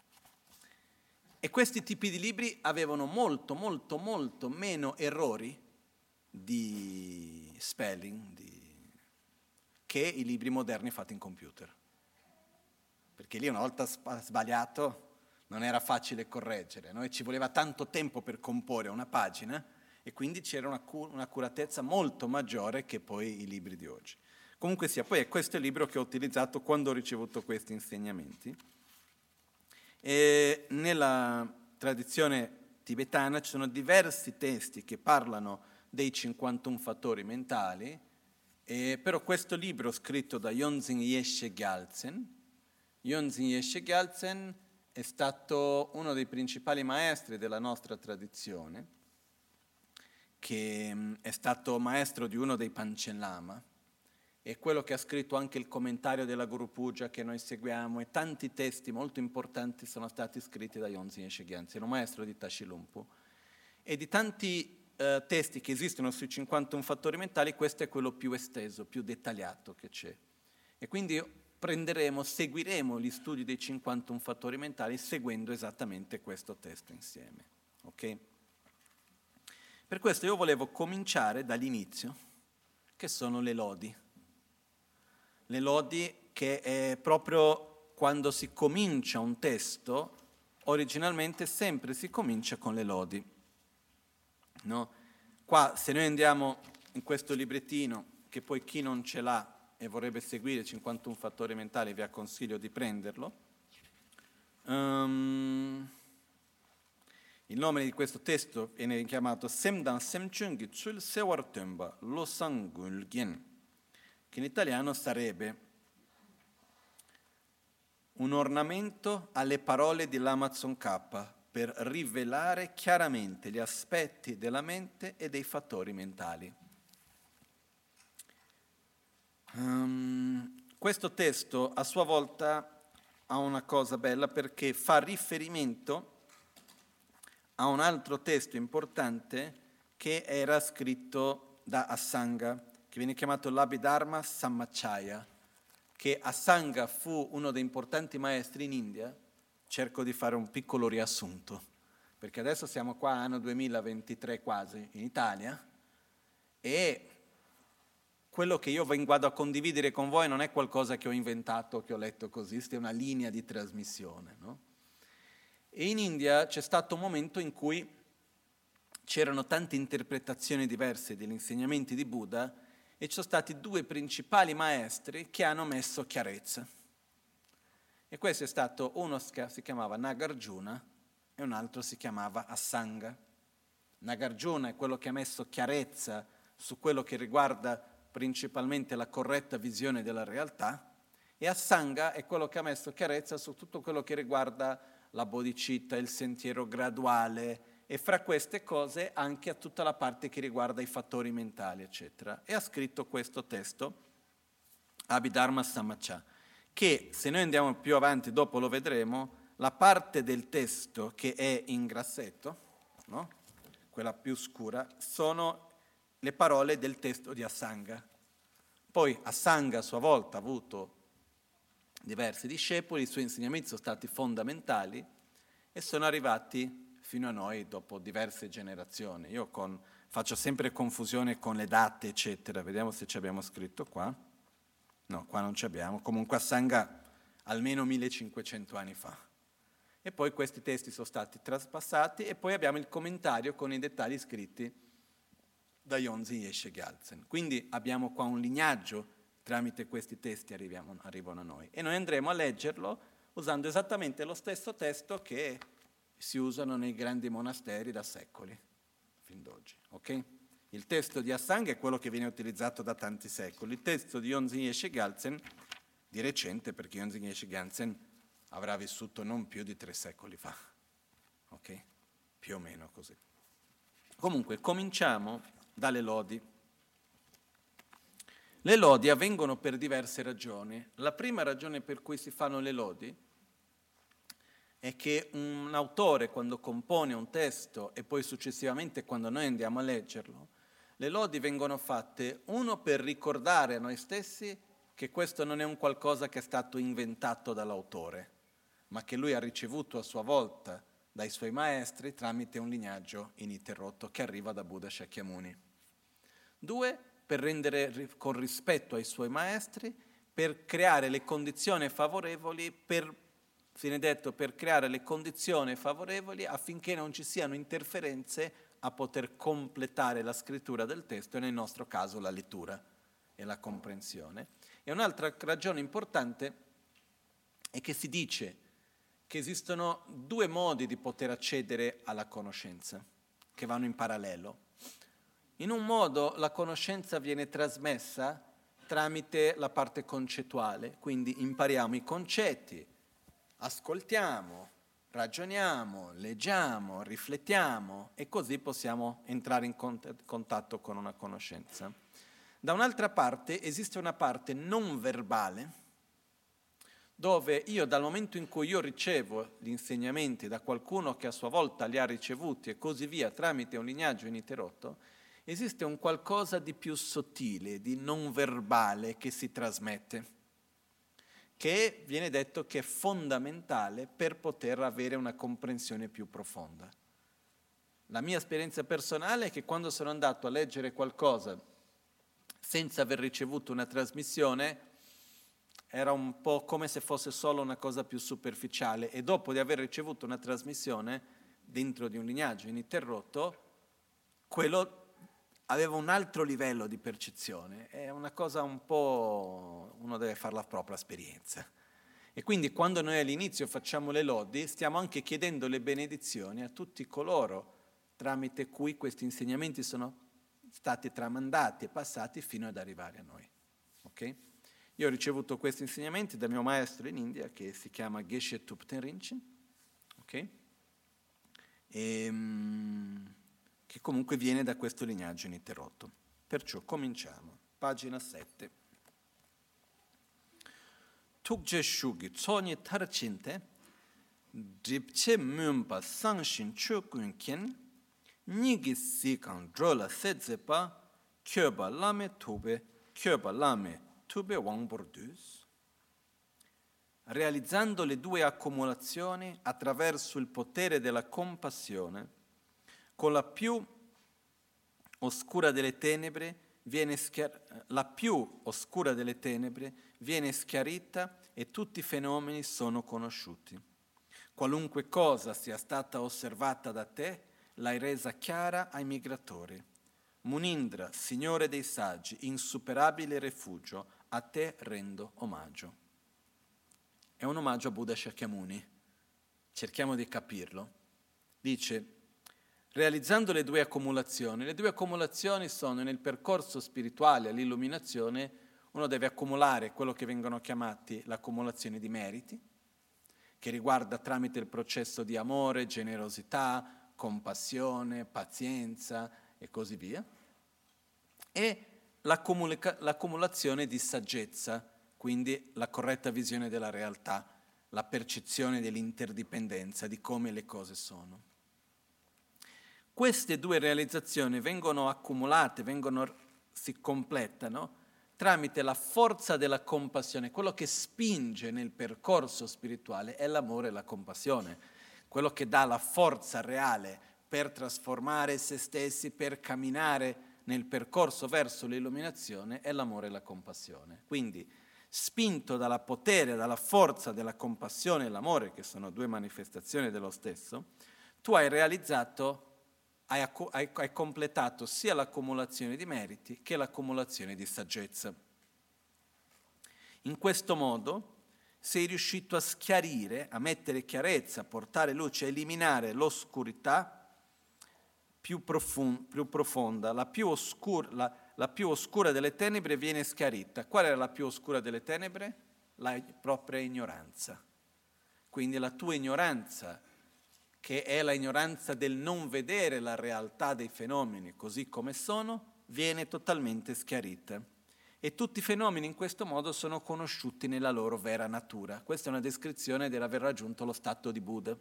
A: E questi tipi di libri avevano molto, molto, molto meno errori di spelling di, che i libri moderni fatti in computer. Perché lì una volta sbagliato non era facile correggere, no? E ci voleva tanto tempo per comporre una pagina e quindi c'era una un'accuratezza molto maggiore che poi i libri di oggi. Comunque sia, poi è questo il libro che ho utilizzato quando ho ricevuto questi insegnamenti. E nella tradizione tibetana ci sono diversi testi che parlano dei cinquantuno fattori mentali, eh, però questo libro scritto da Yonzin Yeshe Gyaltsen, Yonzin Yeshe Gyaltsen è stato uno dei principali maestri della nostra tradizione, che mh, è stato maestro di uno dei Panchen Lama, è quello che ha scritto anche il commentario della Guru Puja che noi seguiamo, e tanti testi molto importanti sono stati scritti da Yonzin Yeshe Gyaltsen, un maestro di Tashilhunpo. E di tanti eh, testi che esistono sui cinquantuno fattori mentali, questo è quello più esteso, più dettagliato che c'è. E quindi prenderemo, seguiremo gli studi dei cinquantuno fattori mentali seguendo esattamente questo testo insieme. Ok? Per questo io volevo cominciare dall'inizio, che sono le lodi. Le lodi che è proprio quando si comincia un testo, originalmente sempre si comincia con le lodi. No? Qua, se noi andiamo in questo librettino, che poi chi non ce l'ha e vorrebbe seguire cinquantuno fattori mentali, vi consiglio di prenderlo. Um, il nome di questo testo viene chiamato Semdan Semchungi Chul Sewar Temba Lo Sangul Gyen, che in italiano sarebbe un ornamento alle parole di Lamazon K per rivelare chiaramente gli aspetti della mente e dei fattori mentali. Um, questo testo a sua volta ha una cosa bella perché fa riferimento a un altro testo importante che era scritto da Asanga, che viene chiamato l'Abhidharma Sammacaya, che Asanga fu uno dei importanti maestri in India. Cerco di fare un piccolo riassunto, perché adesso siamo qua anno duemilaventitré quasi in Italia e quello che io vado a condividere con voi non è qualcosa che ho inventato, che ho letto così, è una linea di trasmissione, no? E in India c'è stato un momento in cui c'erano tante interpretazioni diverse degli insegnamenti di Buddha e ci sono stati due principali maestri che hanno messo chiarezza. E questo è stato, uno si chiamava Nagarjuna e un altro si chiamava Asanga. Nagarjuna è quello che ha messo chiarezza su quello che riguarda principalmente la corretta visione della realtà, e Asanga è quello che ha messo chiarezza su tutto quello che riguarda la bodhicitta, il sentiero graduale, e fra queste cose anche a tutta la parte che riguarda i fattori mentali, eccetera. E ha scritto questo testo, Abhidharma Sammacaya, che se noi andiamo più avanti, dopo lo vedremo, la parte del testo che è in grassetto, no? quella più scura, sono le parole del testo di Asanga. Poi Asanga a sua volta ha avuto diversi discepoli, i suoi insegnamenti sono stati fondamentali e sono arrivati fino a noi dopo diverse generazioni. Io con, faccio sempre confusione con le date, eccetera. Vediamo se ci abbiamo scritto qua. No, qua non ci abbiamo. Comunque Asanga almeno millecinquecento anni fa. E poi questi testi sono stati traspassati e poi abbiamo il commentario con i dettagli scritti da Yonzi Yeshe Gyaltsen. Quindi abbiamo qua un lignaggio, tramite questi testi arriviamo, arrivano a noi. E noi andremo a leggerlo usando esattamente lo stesso testo che si usano nei grandi monasteri da secoli, fin d'oggi. Okay? Il testo di Asanga è quello che viene utilizzato da tanti secoli. Il testo di Yonzi Yeshe Gyaltsen, di recente, perché Yonzi Yeshe Gyaltsen avrà vissuto non più di tre secoli fa. Ok? Più o meno così. Comunque, cominciamo dalle lodi. Le lodi avvengono per diverse ragioni. La prima ragione per cui si fanno le lodi è che un autore, quando compone un testo e poi successivamente quando noi andiamo a leggerlo, le lodi vengono fatte, uno, per ricordare a noi stessi che questo non è un qualcosa che è stato inventato dall'autore, ma che lui ha ricevuto a sua volta dai suoi maestri tramite un lignaggio ininterrotto che arriva da Buddha Shakyamuni. Due, per rendere con rispetto ai suoi maestri, per creare le condizioni favorevoli, per, viene detto, per creare le condizioni favorevoli affinché non ci siano interferenze a poter completare la scrittura del testo e nel nostro caso la lettura e la comprensione. E un'altra ragione importante è che si dice che esistono due modi di poter accedere alla conoscenza, che vanno in parallelo. In un modo la conoscenza viene trasmessa tramite la parte concettuale, quindi impariamo i concetti, ascoltiamo, ragioniamo, leggiamo, riflettiamo e così possiamo entrare in contatto con una conoscenza. Da un'altra parte esiste una parte non verbale, dove io dal momento in cui io ricevo gli insegnamenti da qualcuno che a sua volta li ha ricevuti e così via tramite un lignaggio ininterrotto, esiste un qualcosa di più sottile, di non verbale che si trasmette, che viene detto che è fondamentale per poter avere una comprensione più profonda. La mia esperienza personale è che quando sono andato a leggere qualcosa senza aver ricevuto una trasmissione, era un po' come se fosse solo una cosa più superficiale e dopo di aver ricevuto una trasmissione dentro di un lignaggio ininterrotto, quello aveva un altro livello di percezione, è una cosa un po', uno deve fare la propria esperienza. E quindi quando noi all'inizio facciamo le lodi, stiamo anche chiedendo le benedizioni a tutti coloro tramite cui questi insegnamenti sono stati tramandati e passati fino ad arrivare a noi. Ok? Io ho ricevuto questi insegnamenti dal mio maestro in India che si chiama Geshe Thupten Rinchen, ok? E, che comunque viene da questo lignaggio ininterrotto. Perciò cominciamo. Pagina sette. Tukje shugi tsoni tarchinte dripche mumpa sangshin chukun ken nigi sikang drola setzepa kyoba lame tube kyoba lame tube wangbordus. Realizzando le due accumulazioni attraverso il potere della compassione, con la più oscura delle tenebre viene schiar- la più oscura delle tenebre viene schiarita e tutti i fenomeni sono conosciuti. Qualunque cosa sia stata osservata da te, l'hai resa chiara ai migratori. Munindra, signore dei saggi, insuperabile rifugio, a te rendo omaggio. È un omaggio a Buddha Shakyamuni. Cerchiamo di capirlo. Dice, realizzando le due accumulazioni, le due accumulazioni sono nel percorso spirituale all'illuminazione, uno deve accumulare quello che vengono chiamati l'accumulazione di meriti, che riguarda tramite il processo di amore, generosità, compassione, pazienza e così via, e l'accumula- l'accumulazione di saggezza, quindi la corretta visione della realtà, la percezione dell'interdipendenza, di come le cose sono. queste due realizzazioni vengono accumulate, vengono, si completano tramite la forza della compassione. Quello che spinge nel percorso spirituale è l'amore e la compassione. Quello che dà la forza reale per trasformare se stessi, per camminare nel percorso verso l'illuminazione è l'amore e la compassione. Quindi, spinto dalla potere, dalla forza della compassione e l'amore, che sono due manifestazioni dello stesso, tu hai realizzato, hai, hai, hai completato sia l'accumulazione di meriti che l'accumulazione di saggezza. In questo modo sei riuscito a schiarire, a mettere chiarezza, a portare luce, a eliminare l'oscurità più, profond- più profonda, la più, oscura, la, la più oscura delle tenebre viene schiarita. Qual era la più oscura delle tenebre? La propria ignoranza. Quindi la tua ignoranza, che è la ignoranza del non vedere la realtà dei fenomeni così come sono, viene totalmente schiarita. E tutti i fenomeni in questo modo sono conosciuti nella loro vera natura. Questa è una descrizione dell'aver raggiunto lo stato di Buddha.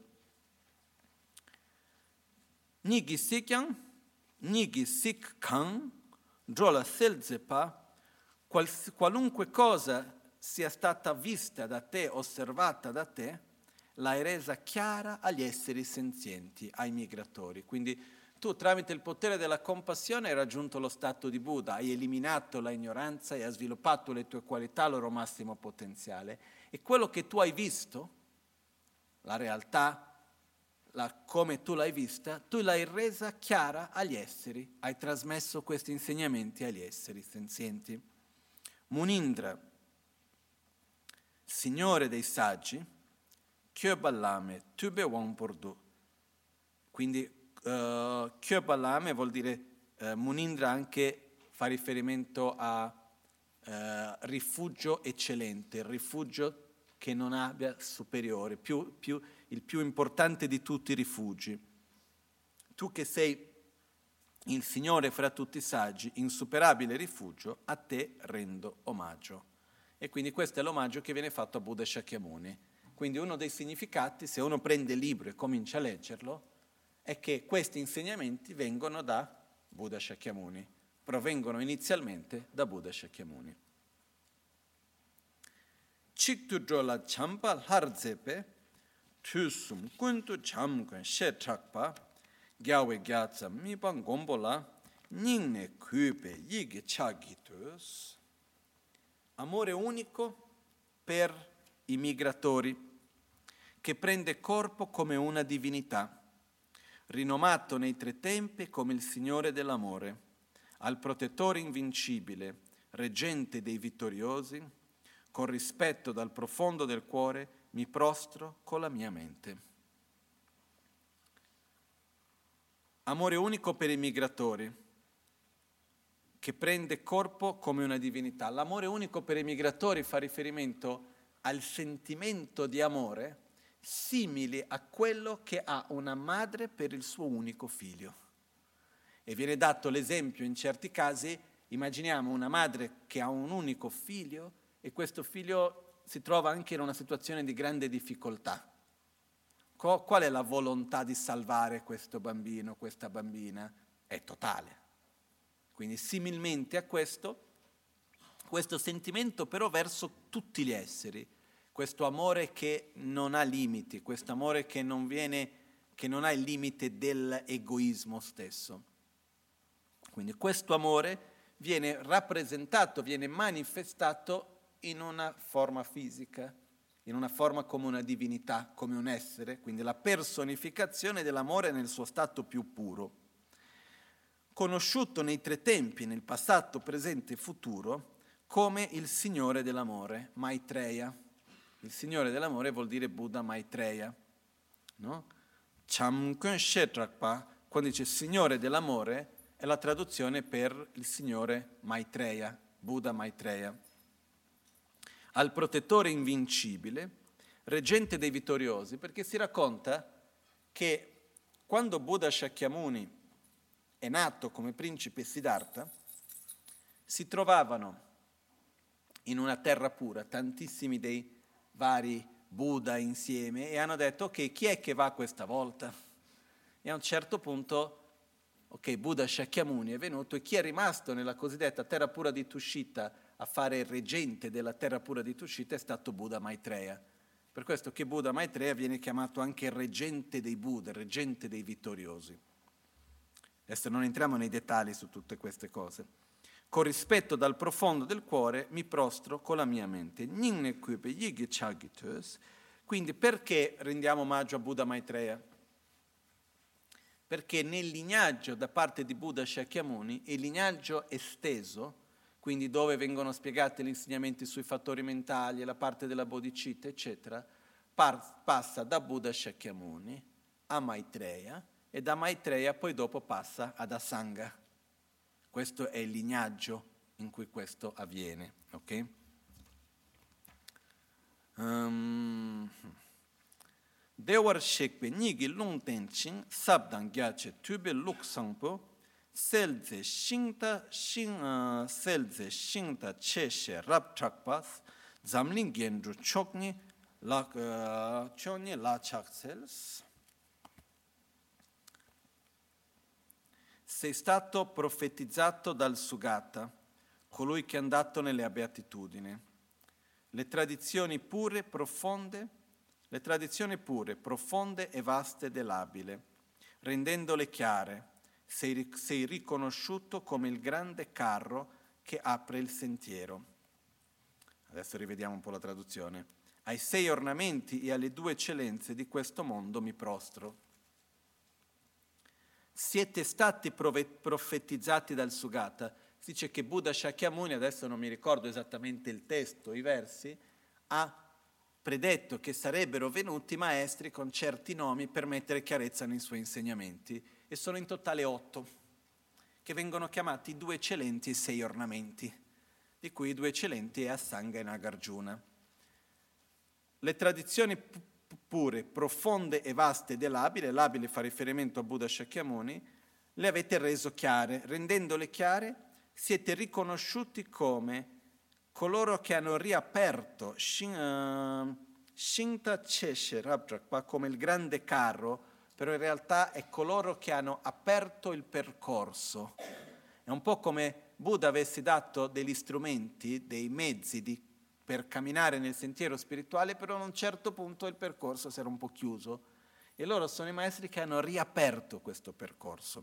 A: Nigi Sikyan, Nigi Sikkan, Drola Selzepa, qualunque cosa sia stata vista da te, osservata da te, l'hai resa chiara agli esseri senzienti, ai migratori. Quindi tu tramite il potere della compassione hai raggiunto lo stato di Buddha, hai eliminato la ignoranza e hai sviluppato le tue qualità al loro massimo potenziale. E quello che tu hai visto, la realtà, la, come tu l'hai vista, tu l'hai resa chiara agli esseri, hai trasmesso questi insegnamenti agli esseri senzienti. Munindra, signore dei saggi, Kyöbalame, Tube Wangpordu. Quindi uh, Kyöbalame vuol dire uh, Munindra, anche fa riferimento a uh, rifugio eccellente, il rifugio che non abbia superiore, più, più, il più importante di tutti i rifugi. Tu che sei il Signore fra tutti i saggi, insuperabile rifugio, a te rendo omaggio. E quindi questo è l'omaggio che viene fatto a Buddha Shakyamuni. Quindi uno dei significati, se uno prende il libro e comincia a leggerlo, è che questi insegnamenti vengono da Buddha Shakyamuni, provengono inizialmente da Buddha Shakyamuni. Chiktu drola champa harzepe, tusum kuntu chamkan shetrakpa, gyawe gyatsa mipan gombola, ningne kupe yige chagitus. Amore unico per i migratori, che prende corpo come una divinità, rinomato nei tre tempi come il Signore dell'amore, al protettore invincibile, reggente dei vittoriosi, con rispetto dal profondo del cuore mi prostro con la mia mente. Amore unico per i migratori, che prende corpo come una divinità. L'amore unico per i migratori fa riferimento al sentimento di amore simili a quello che ha una madre per il suo unico figlio. E viene dato l'esempio in certi casi, immaginiamo una madre che ha un unico figlio e questo figlio si trova anche in una situazione di grande difficoltà. Qual è la volontà di salvare questo bambino, questa bambina? È totale. Quindi similmente a questo, questo sentimento però verso tutti gli esseri, questo amore che non ha limiti, questo amore che non viene, che non ha il limite dell'egoismo stesso. Quindi questo amore viene rappresentato, viene manifestato in una forma fisica, in una forma come una divinità, come un essere, quindi la personificazione dell'amore nel suo stato più puro. Conosciuto nei tre tempi, nel passato, presente e futuro, come il Signore dell'amore, Maitreya. Il Signore dell'amore vuol dire Buddha Maitreya, no? Chamkön Shetrakpa, quando dice Signore dell'amore, è la traduzione per il Signore Maitreya, Buddha Maitreya. Al protettore invincibile, reggente dei vittoriosi, perché si racconta che quando Buddha Shakyamuni è nato come principe Siddhartha, si trovavano in una terra pura tantissimi dei vari Buddha insieme e hanno detto ok, chi è che va questa volta? E a un certo punto ok, Buddha Shakyamuni è venuto, e chi è rimasto nella cosiddetta terra pura di Tushita a fare il reggente della terra pura di Tushita è stato Buddha Maitreya. Per questo che Buddha Maitreya viene chiamato anche il reggente dei Buddha, il reggente dei vittoriosi. Adesso non entriamo nei dettagli su tutte queste cose. Con rispetto dal profondo del cuore mi prostro con la mia mente. Quindi perché rendiamo omaggio a Buddha Maitreya? Perché nel lignaggio da parte di Buddha Shakyamuni, il lignaggio esteso, quindi dove vengono spiegati gli insegnamenti sui fattori mentali, la parte della bodhicitta, eccetera, par- passa da Buddha Shakyamuni a Maitreya, e da Maitreya poi dopo passa ad Asanga. Questo è il lignaggio in cui questo avviene, ok? Um, Dewar shekpe nigi lung tenchin sabdan gyache tube luk sangpo selze shingta shing selze shingta cheshe rab chakpas zamling gendru chokni la choni la chaksels. Sei stato profetizzato dal Sugata, colui che è andato nelle beatitudini. Le tradizioni pure, profonde, le tradizioni pure, profonde e vaste ed elabile, rendendole chiare, sei, sei riconosciuto come il grande carro che apre il sentiero. Adesso rivediamo un po' la traduzione. Ai sei ornamenti e alle due eccellenze di questo mondo mi prostro. Siete stati profetizzati dal Sugata. Si dice che Buddha Shakyamuni, adesso non mi ricordo esattamente il testo, i versi, ha predetto che sarebbero venuti maestri con certi nomi per mettere chiarezza nei suoi insegnamenti, e sono in totale otto, che vengono chiamati due eccellenti e sei ornamenti, di cui i due eccellenti è Asanga e Nagarjuna. Le tradizioni pure, profonde e vaste ed elabili, l'abile fa riferimento a Buddha Shakyamuni, le avete reso chiare. Rendendole chiare, siete riconosciuti come coloro che hanno riaperto Shinta Cheshe Rabdrakpa, come il grande carro, però in realtà è coloro che hanno aperto il percorso. È un po' come Buddha avesse dato degli strumenti, dei mezzi di per camminare nel sentiero spirituale, però a un certo punto il percorso si era un po' chiuso, e loro sono i maestri che hanno riaperto questo percorso.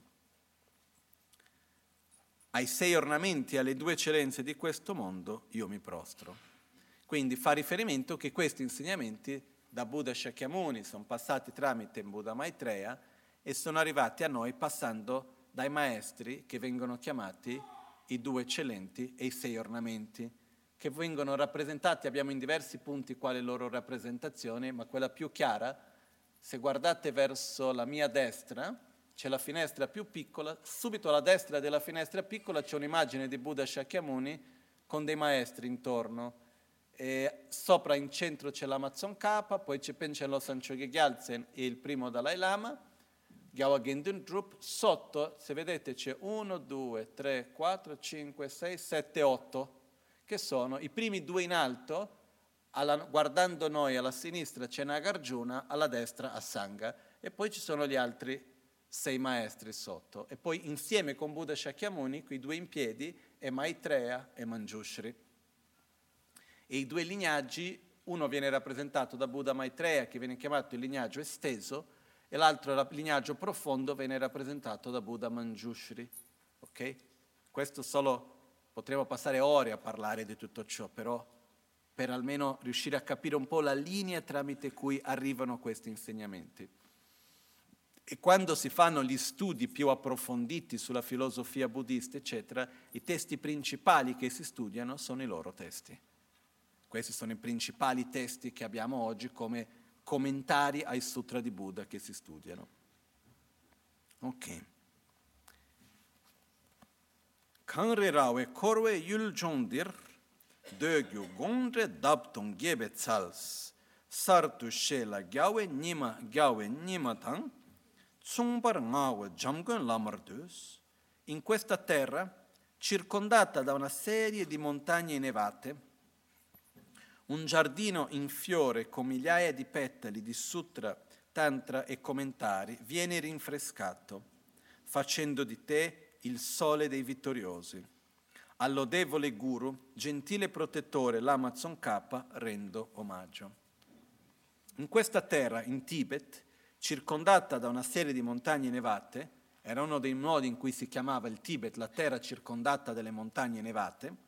A: Ai sei ornamenti e alle due eccellenze di questo mondo io mi prostro. Quindi fa riferimento che questi insegnamenti da Buddha Shakyamuni sono passati tramite Buddha Maitreya e sono arrivati a noi passando dai maestri che vengono chiamati i due eccellenti e i sei ornamenti, che vengono rappresentati, abbiamo in diversi punti quale loro rappresentazione, ma quella più chiara, se guardate verso la mia destra, c'è la finestra più piccola, subito alla destra della finestra piccola c'è un'immagine di Buddha Shakyamuni con dei maestri intorno, e sopra in centro c'è l'Amazon Kappa, poi c'è Panchen Losang Choge Gyaltsen e il primo Dalai Lama, Gyawa Gendun Drup, sotto, se vedete, c'è uno, due, tre, quattro, cinque, sei, sette, otto, che sono i primi due in alto, alla, guardando noi alla sinistra c'è Nagarjuna, alla destra Asanga, e poi ci sono gli altri sei maestri sotto. E poi insieme con Buddha Shakyamuni, quei due in piedi, è Maitreya e Manjushri. E i due lignaggi, uno viene rappresentato da Buddha Maitreya, che viene chiamato il lignaggio esteso, e l'altro lignaggio profondo viene rappresentato da Buddha Manjushri. Ok? Questo solo... Potremmo passare ore a parlare di tutto ciò, però per almeno riuscire a capire un po' la linea tramite cui arrivano questi insegnamenti. E quando si fanno gli studi più approfonditi sulla filosofia buddista, eccetera, i testi principali che si studiano sono i loro testi. Questi sono i principali testi che abbiamo oggi come commentari ai sutra di Buddha che si studiano. Ok. Kangre rawe korwe yul jongdir, dögyu gongre dabtung gebe tsals, sartu shela gyawe nima gyawe nima tang, tsungbar ngawe jamgun lamardus. In questa terra, circondata da una serie di montagne nevate, un giardino in fiore con migliaia di petali di sutra, tantra e commentari viene rinfrescato. facendo di te il sole dei vittoriosi. Al lodevole guru, gentile protettore l'Amazon K, rendo omaggio. In questa terra, in Tibet, circondata da una serie di montagne nevate, era uno dei modi in cui si chiamava il Tibet, la terra circondata dalle montagne nevate,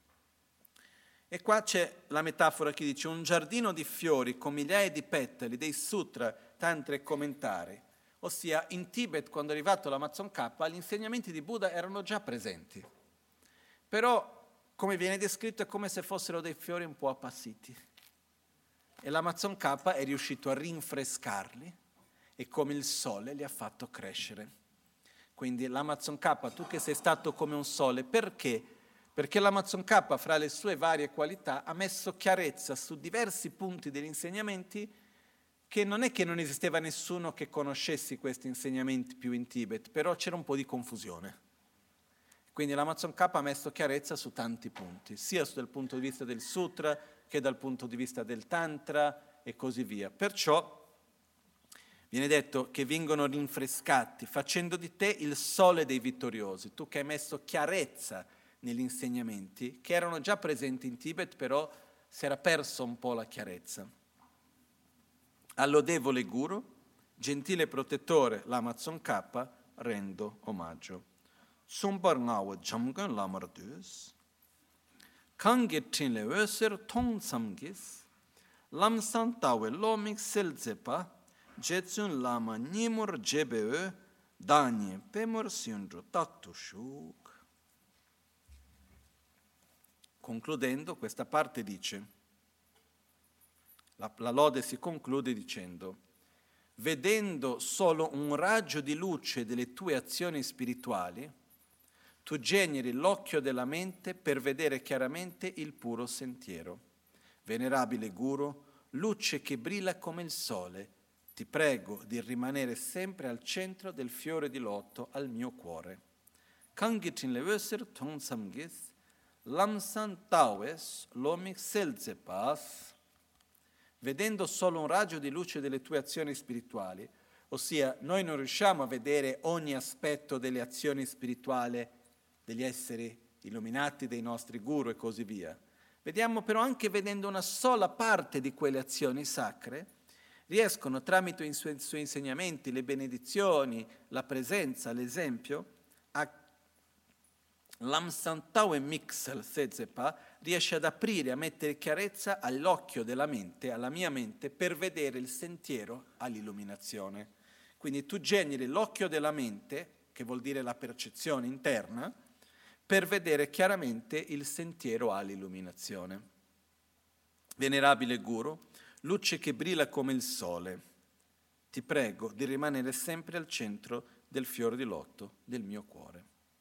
A: e qua c'è la metafora che dice un giardino di fiori con migliaia di petali, dei sutra, tantra e commentari. Ossia, in Tibet, quando è arrivato l'Amazon K, gli insegnamenti di Buddha erano già presenti. Però, come viene descritto, è come se fossero dei fiori un po' appassiti. E l'Amazon K è riuscito a rinfrescarli e come il sole li ha fatto crescere. Quindi l'Amazon K, tu che sei stato come un sole, perché? Perché l'Amazon K, fra le sue varie qualità, ha messo chiarezza su diversi punti degli insegnamenti che non è che non esisteva nessuno che conoscesse questi insegnamenti più in Tibet, però c'era un po' di confusione. Quindi l'Amazon K ha messo chiarezza su tanti punti, sia dal punto di vista del sutra che dal punto di vista del tantra e così via. Perciò viene detto che vengono rinfrescati, facendo di te il sole dei vittoriosi, tu che hai messo chiarezza negli insegnamenti, che erano già presenti in Tibet, però si era perso un po' la chiarezza. Al lodevole guru, gentile protettore l'Amazon K, rendo omaggio. Sumbar ngawa jamgan lamardus, kangetin le öser tong samgis, lamsan tawe lomik selzepa, jetsun lama nimur jebeu, danye pemur siundru taktushuk. Concludendo, questa parte dice, la, la lode si conclude dicendo, vedendo solo un raggio di luce delle tue azioni spirituali, tu generi l'occhio della mente per vedere chiaramente il puro sentiero. Venerabile Guru, luce che brilla come il sole, ti prego di rimanere sempre al centro del fiore di loto al mio cuore. Kangitin le öser tong samgis, lamsan tawes lomik selzepas, vedendo solo un raggio di luce delle tue azioni spirituali, ossia noi non riusciamo a vedere ogni aspetto delle azioni spirituali degli esseri illuminati, dei nostri guru e così via. Vediamo però anche vedendo una sola parte di quelle azioni sacre, riescono tramite i suoi, i suoi insegnamenti, le benedizioni, la presenza, l'esempio, a Lamsantawe Mixel Sezepa riesce ad aprire, a mettere chiarezza all'occhio della mente, alla mia mente, per vedere il sentiero all'illuminazione. Quindi tu generi l'occhio della mente, che vuol dire la percezione interna, per vedere chiaramente il sentiero all'illuminazione. Venerabile Guru, luce che brilla come il sole, ti prego di rimanere sempre al centro del fiore di loto del mio cuore.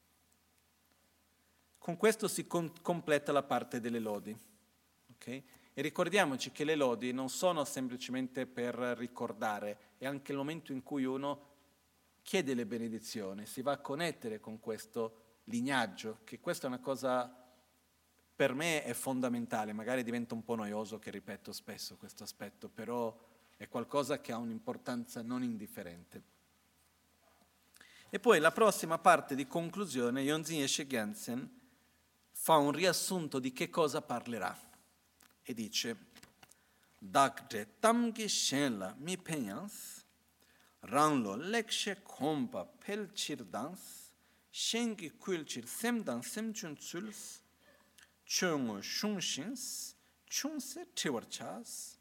A: Con questo si com- completa la parte delle lodi. Okay? E ricordiamoci che le lodi non sono semplicemente per ricordare, è anche il momento in cui uno chiede le benedizioni, si va a connettere con questo lignaggio, che questa è una cosa per me è fondamentale, magari diventa un po' noioso che ripeto spesso questo aspetto, però è qualcosa che ha un'importanza non indifferente. E poi la prossima parte di conclusione, Yonzin Yeshe Gyaltsen fa un riassunto di che cosa parlerà e dice Dakde tamgi shenla mi penyans, ranglo lekshe kompa pelchirdans, shengi kulchir semdan semchun tsuls, chungu shungshins, chungse tiwarchas.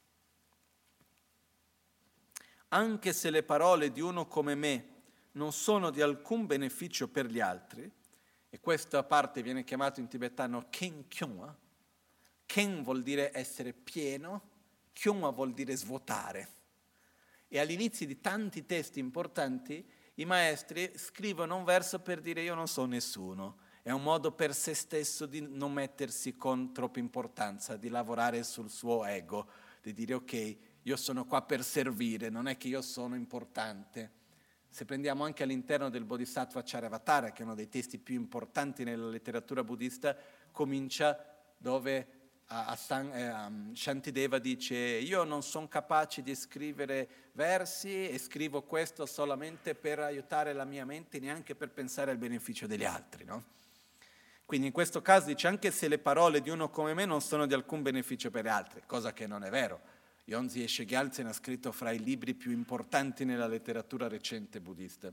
A: Anche se le parole di uno come me non sono di alcun beneficio per gli altri, e questa parte viene chiamata in tibetano Ken Kyunwa. Ken vuol dire essere pieno, Kyunwa vuol dire svuotare. E all'inizio di tanti testi importanti i maestri scrivono un verso per dire io non so nessuno. È un modo per se stesso di non mettersi con troppa importanza, di lavorare sul suo ego, di dire ok, io sono qua per servire, non è che io sono importante. Se prendiamo anche all'interno del Bodhisattva Charyavatara, che è uno dei testi più importanti nella letteratura buddista, comincia dove a, a, San, eh, a Shantideva dice: io non sono capace di scrivere versi e scrivo questo solamente per aiutare la mia mente, neanche per pensare al beneficio degli altri, no? Quindi in questo caso dice: anche se le parole di uno come me non sono di alcun beneficio per gli altri, cosa che non è vero. Yonzi Eshe Gyaltsen ha scritto fra i libri più importanti nella letteratura recente buddista.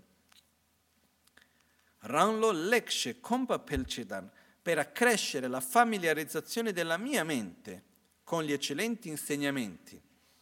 A: Ranlo lekshe kompa pelchedan, per accrescere la familiarizzazione della mia mente con gli eccellenti insegnamenti.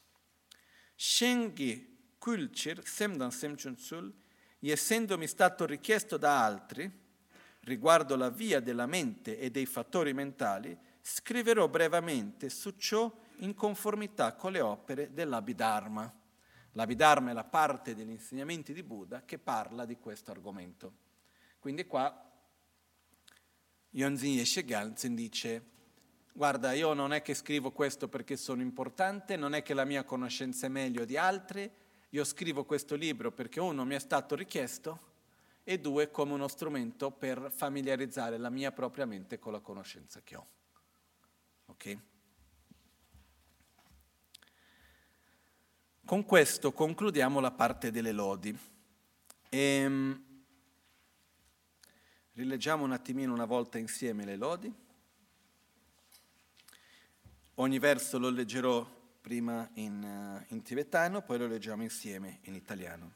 A: Shengi kulchir semdan semchunsul, essendomi stato richiesto da altri riguardo la via della mente e dei fattori mentali, scriverò brevemente su ciò in conformità con le opere dell'Abhidharma. L'Abhidharma è la parte degli insegnamenti di Buddha che parla di questo argomento. Quindi qua Yonzin Yeshe Gyaltsen dice: guarda, io non è che scrivo questo perché sono importante, non è che la mia conoscenza è meglio di altri, io scrivo questo libro perché uno mi è stato richiesto e due come uno strumento per familiarizzare la mia propria mente con la conoscenza che ho. Ok? Con questo concludiamo la parte delle lodi. E, rileggiamo un attimino una volta insieme le lodi. Ogni verso lo leggerò prima in, in tibetano, poi lo leggiamo insieme in italiano.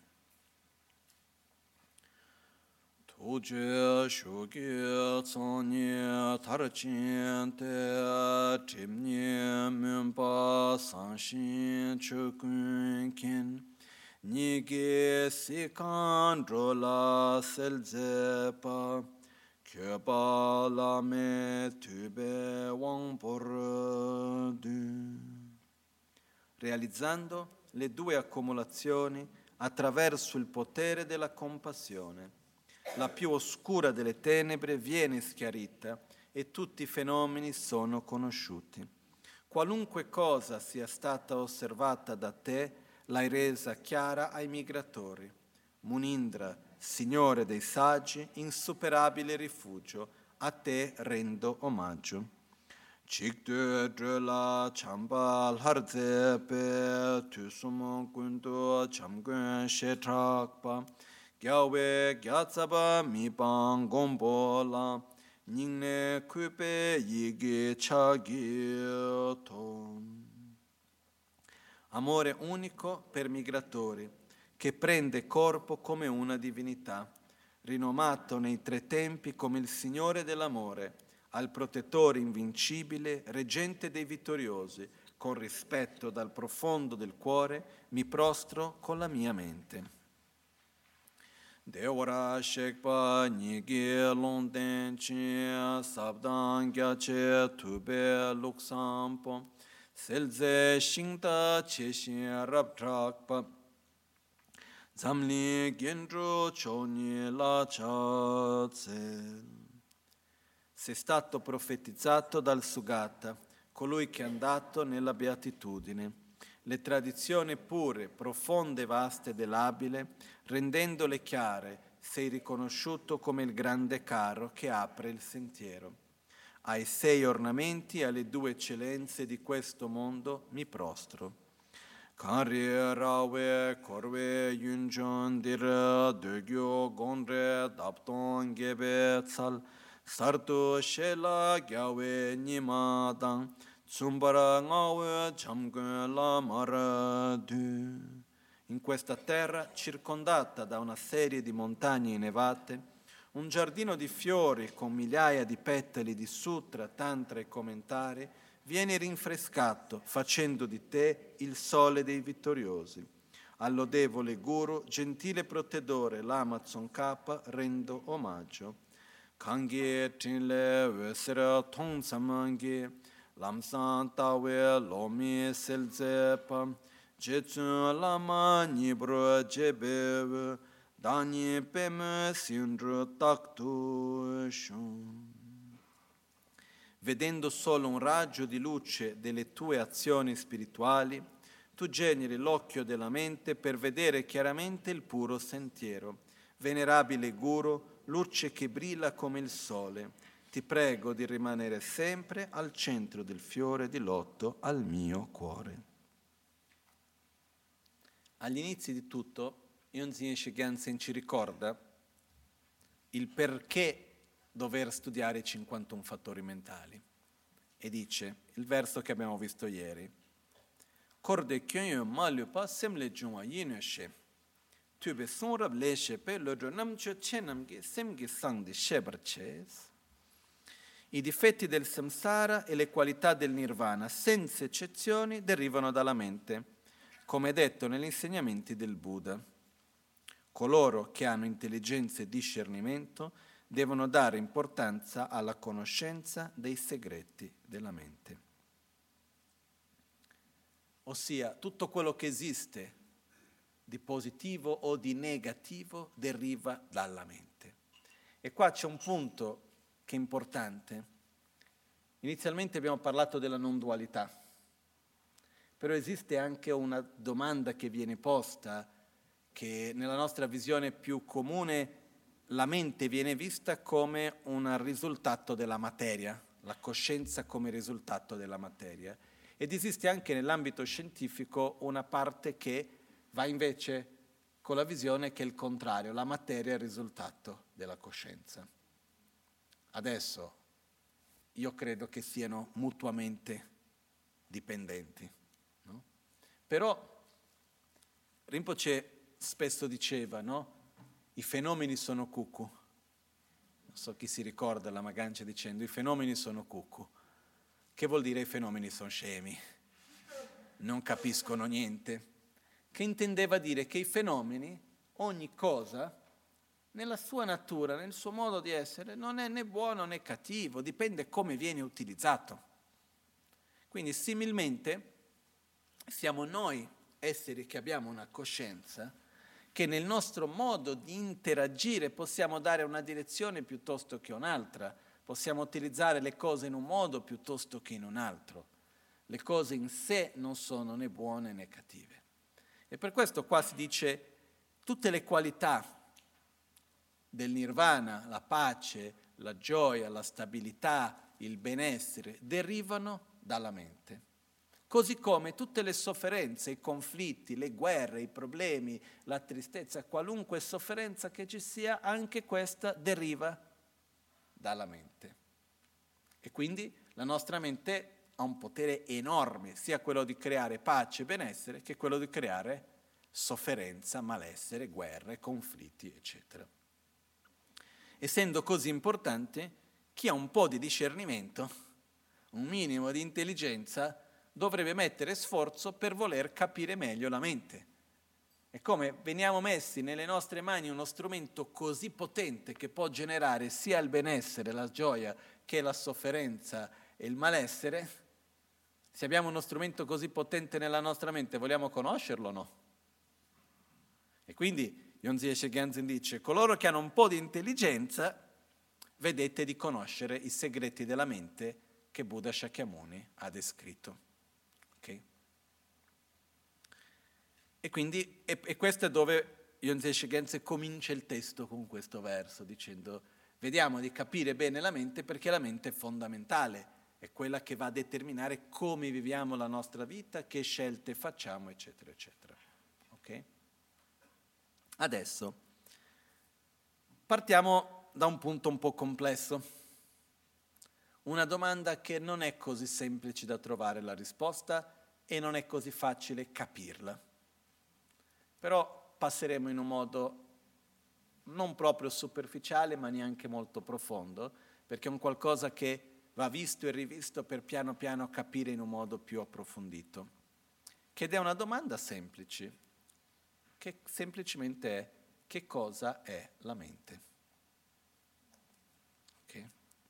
A: Tuje shugi tsonye tarachin te chimnye mumpa sanshin chukun kin nige sikan drola selzepa kyopa lame tube wangpor du. Realizzando le due accumulazioni attraverso il potere della compassione. La più oscura delle tenebre viene schiarita e tutti i fenomeni sono conosciuti. Qualunque cosa sia stata osservata da te, l'hai resa chiara ai migratori. Munindra, Signore dei saggi, insuperabile rifugio, a te rendo omaggio. Chikdu drula chambal harzepe, tu sumo kundu chamgun shetrakpa, Gyawe gyatsaba mipang gombola, ningne kupe yige chagioto. Amore unico per migratori, che prende corpo come una divinità, rinomato nei tre tempi come il Signore dell'amore, al protettore invincibile, reggente dei vittoriosi, con rispetto dal profondo del cuore mi prostro con la mia mente. Devara shekpa nige longden chi sabdan gyache tube luksampo selze shingta cheshin rabtrakpa zamli gendro choni la chatzel. Sei stato profetizzato dal Sugata, colui che è andato nella beatitudine. Le tradizioni pure, profonde e vaste dell'abile, rendendole chiare, sei riconosciuto come il grande carro che apre il sentiero. Ai sei ornamenti e alle due eccellenze di questo mondo mi prostro. Kanri rawe korwe yunjon dir dögyo gondre dapton gebe tsal sarto shela gyawe nimadang Zumbara ngawe chamgun la maradu. In questa terra, circondata da una serie di montagne innevate, un giardino di fiori con migliaia di petali di sutra, tantra e commentari, viene rinfrescato, facendo di te il sole dei vittoriosi. Al lodevole guru, gentile protettore, Lama Tsongkhapa, rendo omaggio. Kangi tinle vesera tong samangi, Lamsan tawe lomi selzepa, jetsun lama nibro jebeve, dani peme sindro taktu shun. Vedendo solo un raggio di luce delle tue azioni spirituali, tu generi l'occhio della mente per vedere chiaramente il puro sentiero. Venerabile Guru, luce che brilla come il sole, ti prego di rimanere sempre al centro del fiore di loto al mio cuore. Agli inizi di tutto, Yonzin Shigansen ci ricorda il perché dover studiare i cinquantuno fattori mentali. E dice, il verso che abbiamo visto ieri, Korde kyonyo malupa semle jungwa yinoshe, tube sonrab leshe pe lodro namcho chenamge semge sangdi shebarches. I difetti del samsara e le qualità del nirvana, senza eccezioni, derivano dalla mente, come detto negli insegnamenti del Buddha. Coloro che hanno intelligenza e discernimento devono dare importanza alla conoscenza dei segreti della mente. Ossia, tutto quello che esiste di positivo o di negativo deriva dalla mente. E qua c'è un punto che è importante. Inizialmente abbiamo parlato della non dualità, però esiste anche una domanda che viene posta, che nella nostra visione più comune la mente viene vista come un risultato della materia, la coscienza come risultato della materia. Ed esiste anche nell'ambito scientifico una parte che va invece con la visione che è il contrario, la materia è il risultato della coscienza. Adesso io credo che siano mutuamente dipendenti, no? Però Rinpoche spesso diceva, no? I fenomeni sono cucù. Non so chi si ricorda la Magancia dicendo i fenomeni sono cucù. Che vuol dire i fenomeni sono scemi? Non capiscono niente. Che intendeva dire che i fenomeni, ogni cosa, nella sua natura, nel suo modo di essere, non è né buono né cattivo, dipende come viene utilizzato. Quindi similmente siamo noi, esseri che abbiamo una coscienza, che nel nostro modo di interagire possiamo dare una direzione piuttosto che un'altra, possiamo utilizzare le cose in un modo piuttosto che in un altro. Le cose in sé non sono né buone né cattive. E per questo qua si dice tutte le qualità del nirvana, la pace, la gioia, la stabilità, il benessere, derivano dalla mente. Così come tutte le sofferenze, i conflitti, le guerre, i problemi, la tristezza, qualunque sofferenza che ci sia, anche questa deriva dalla mente. E quindi la nostra mente ha un potere enorme, sia quello di creare pace e benessere, che quello di creare sofferenza, malessere, guerre, conflitti, eccetera. Essendo così importante, chi ha un po' di discernimento, un minimo di intelligenza, dovrebbe mettere sforzo per voler capire meglio la mente. È come veniamo messi nelle nostre mani uno strumento così potente che può generare sia il benessere, la gioia, che la sofferenza e il malessere. Se abbiamo uno strumento così potente nella nostra mente, vogliamo conoscerlo o no? E quindi Yonzin Yeshe Gyaltsen dice, coloro che hanno un po' di intelligenza, vedete di conoscere i segreti della mente che Buddha Shakyamuni ha descritto. Okay? E quindi, e, e questo è dove Yonzin Yeshe Gyaltsen comincia il testo con questo verso, dicendo, vediamo di capire bene la mente perché la mente è fondamentale, è quella che va a determinare come viviamo la nostra vita, che scelte facciamo, eccetera, eccetera. Ok? Adesso partiamo da un punto un po' complesso, una domanda che non è così semplice da trovare la risposta e non è così facile capirla. Però passeremo in un modo non proprio superficiale, ma neanche molto profondo, perché è un qualcosa che va visto e rivisto per piano piano capire in un modo più approfondito. Che è una domanda semplice, che semplicemente è: che cosa è la mente? Ok?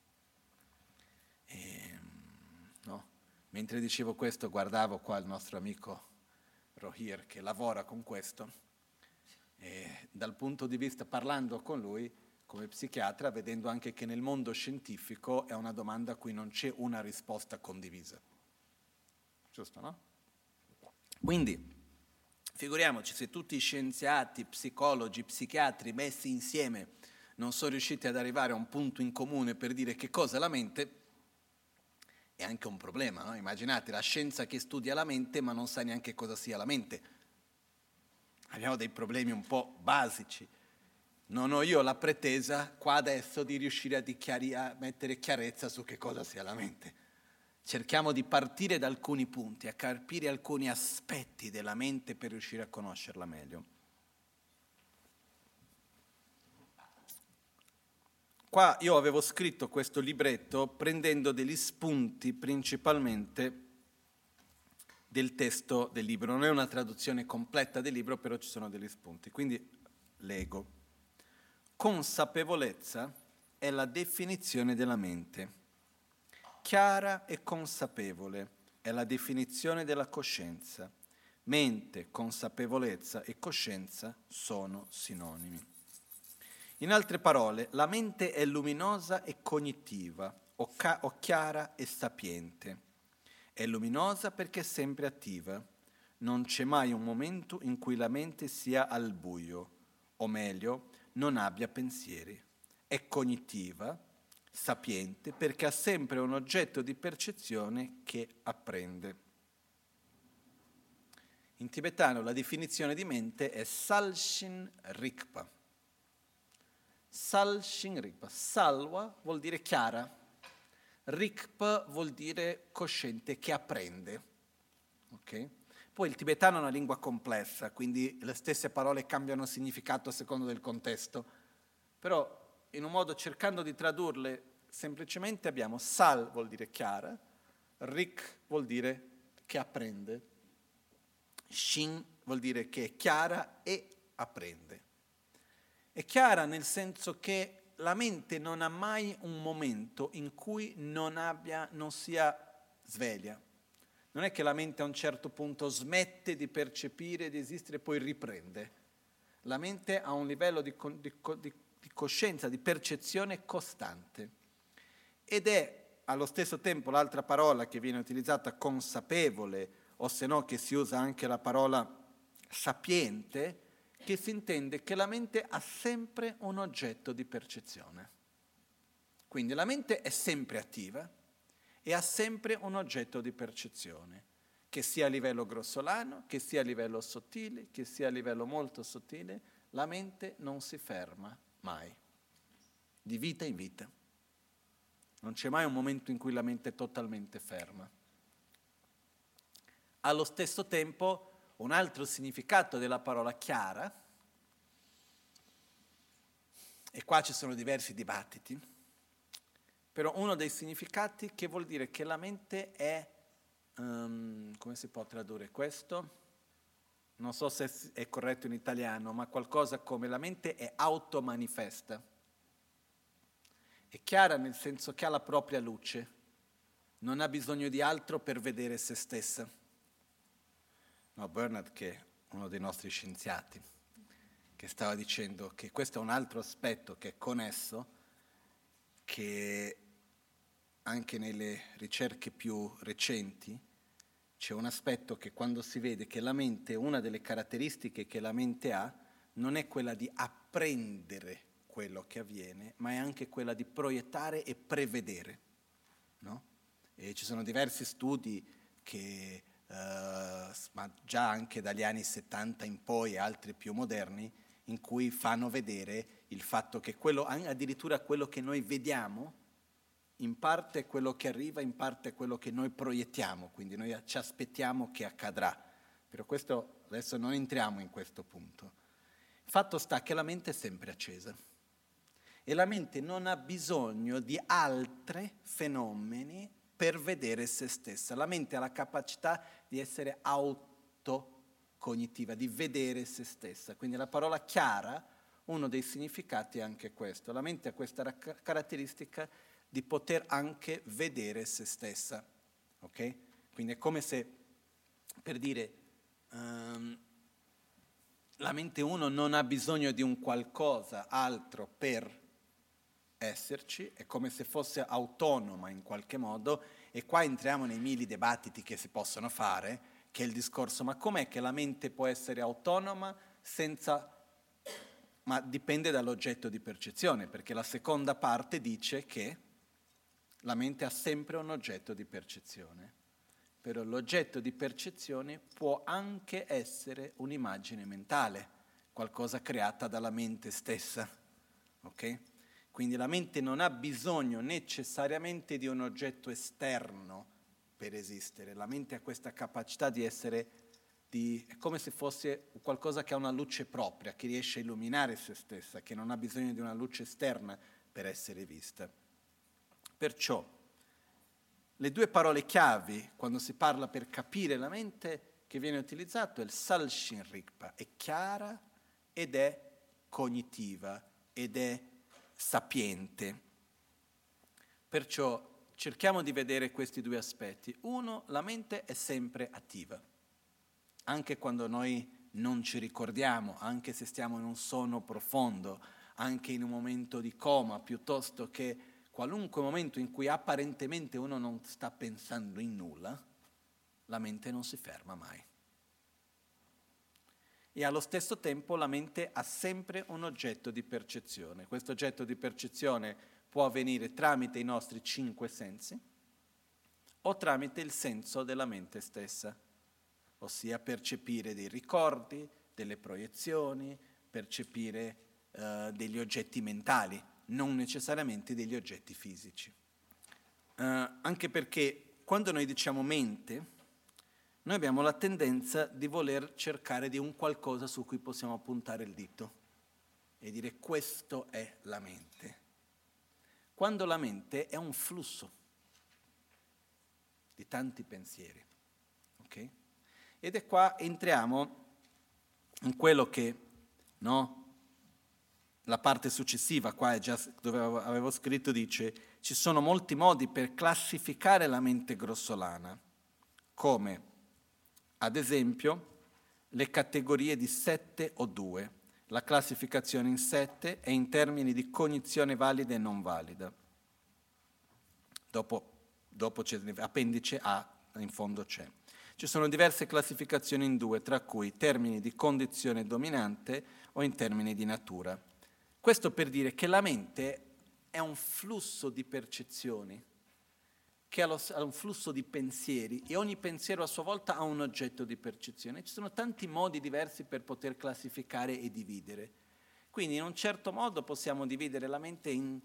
A: E, no. Mentre dicevo questo, guardavo qua il nostro amico Rohir che lavora con questo, e dal punto di vista, parlando con lui come psichiatra, vedendo anche che nel mondo scientifico è una domanda a cui non c'è una risposta condivisa. Giusto, no? Quindi, figuriamoci se tutti i scienziati, psicologi, psichiatri messi insieme non sono riusciti ad arrivare a un punto in comune per dire che cosa è la mente, è anche un problema, no? Immaginate la scienza che studia la mente ma non sa neanche cosa sia la mente. Abbiamo dei problemi un po' basici. Non ho io la pretesa qua adesso di riuscire a, dichiari- a mettere chiarezza su che cosa sia la mente. Cerchiamo di partire da alcuni punti, a capire alcuni aspetti della mente per riuscire a conoscerla meglio. Qua io avevo scritto questo libretto prendendo degli spunti principalmente del testo del libro. Non è una traduzione completa del libro, però ci sono degli spunti. Quindi leggo. Consapevolezza è la definizione della mente. Chiara e consapevole è la definizione della coscienza. Mente, consapevolezza e coscienza sono sinonimi. In altre parole, la mente è luminosa e cognitiva, o, ca- o chiara e sapiente. È luminosa perché è sempre attiva. Non c'è mai un momento in cui la mente sia al buio, o meglio, non abbia pensieri. È cognitiva, sapiente, perché ha sempre un oggetto di percezione che apprende. In tibetano la definizione di mente è Salshin Rikpa. Salshin Rikpa. Salwa vuol dire chiara, Rikpa vuol dire cosciente, che apprende. Okay? Poi il tibetano è una lingua complessa, quindi le stesse parole cambiano significato a seconda del contesto. Però, in un modo, cercando di tradurle, semplicemente abbiamo Sal vuol dire chiara, Rik vuol dire che apprende, Shin vuol dire che è chiara e apprende. È chiara nel senso che la mente non ha mai un momento in cui non abbia, non sia sveglia. Non è che la mente a un certo punto smette di percepire, di esistere e poi riprende. La mente ha un livello di, di, di, di coscienza, di percezione costante. Ed è allo stesso tempo l'altra parola che viene utilizzata, consapevole, o se no che si usa anche la parola sapiente, che si intende che la mente ha sempre un oggetto di percezione. Quindi la mente è sempre attiva e ha sempre un oggetto di percezione, che sia a livello grossolano, che sia a livello sottile, che sia a livello molto sottile, la mente non si ferma mai, di vita in vita. Non c'è mai un momento in cui la mente è totalmente ferma. Allo stesso tempo, un altro significato della parola chiara, e qua ci sono diversi dibattiti, però uno dei significati che vuol dire che la mente è, um, come si può tradurre questo? Non so se è corretto in italiano, ma qualcosa come la mente è automanifesta. È chiara nel senso che ha la propria luce, non ha bisogno di altro per vedere se stessa. No, Bernard, che è uno dei nostri scienziati, che stava dicendo che questo è un altro aspetto che è connesso, che anche nelle ricerche più recenti c'è un aspetto che quando si vede che la mente, una delle caratteristiche che la mente ha, non è quella di apprendere quello che avviene, ma è anche quella di proiettare e prevedere, no? E ci sono diversi studi che, uh, ma già anche dagli anni settanta in poi e altri più moderni, in cui fanno vedere il fatto che quello, addirittura quello che noi vediamo, in parte è quello che arriva, in parte è quello che noi proiettiamo, quindi noi ci aspettiamo che accadrà. Però questo, adesso non entriamo in questo punto. Il fatto sta che la mente è sempre accesa e la mente non ha bisogno di altri fenomeni per vedere se stessa. La mente ha la capacità di essere autocognitiva, di vedere se stessa. Quindi la parola chiara, uno dei significati è anche questo. La mente ha questa caratteristica di poter anche vedere se stessa, ok? Quindi è come se, per dire, um, la mente uno non ha bisogno di un qualcosa altro per esserci, è come se fosse autonoma in qualche modo, e qua entriamo nei mille dibattiti che si possono fare, che è il discorso, ma com'è che la mente può essere autonoma senza ma dipende dall'oggetto di percezione, perché la seconda parte dice che la mente ha sempre un oggetto di percezione, però l'oggetto di percezione può anche essere un'immagine mentale, qualcosa creata dalla mente stessa, ok? Quindi la mente non ha bisogno necessariamente di un oggetto esterno per esistere, la mente ha questa capacità di essere, di, è come se fosse qualcosa che ha una luce propria, che riesce a illuminare se stessa, che non ha bisogno di una luce esterna per essere vista. Perciò le due parole chiavi quando si parla per capire la mente che viene utilizzato è il Salshin Rigpa, è chiara ed è cognitiva ed è sapiente. Perciò cerchiamo di vedere questi due aspetti. Uno, la mente è sempre attiva, anche quando noi non ci ricordiamo, anche se stiamo in un sonno profondo, anche in un momento di coma, piuttosto che qualunque momento in cui apparentemente uno non sta pensando in nulla, la mente non si ferma mai. E allo stesso tempo la mente ha sempre un oggetto di percezione. Questo oggetto di percezione può avvenire tramite i nostri cinque sensi o tramite il senso della mente stessa, ossia percepire dei ricordi, delle proiezioni, percepire eh, degli oggetti mentali, non necessariamente degli oggetti fisici. Eh, anche perché quando noi diciamo mente, noi abbiamo la tendenza di voler cercare di un qualcosa su cui possiamo puntare il dito e dire questo è la mente. Quando la mente è un flusso di tanti pensieri, ok? Ed è qua entriamo in quello che, no? La parte successiva, qua è già dove avevo scritto, dice ci sono molti modi per classificare la mente grossolana, come ad esempio le categorie di sette o due. La classificazione in sette è in termini di cognizione valida e non valida. Dopo, dopo c'è appendice A, in fondo c'è. Ci sono diverse classificazioni in due, tra cui termini di condizione dominante o in termini di natura. Questo per dire che la mente è un flusso di percezioni, che ha un flusso di pensieri e ogni pensiero a sua volta ha un oggetto di percezione. Ci sono tanti modi diversi per poter classificare e dividere. Quindi in un certo modo possiamo dividere la mente in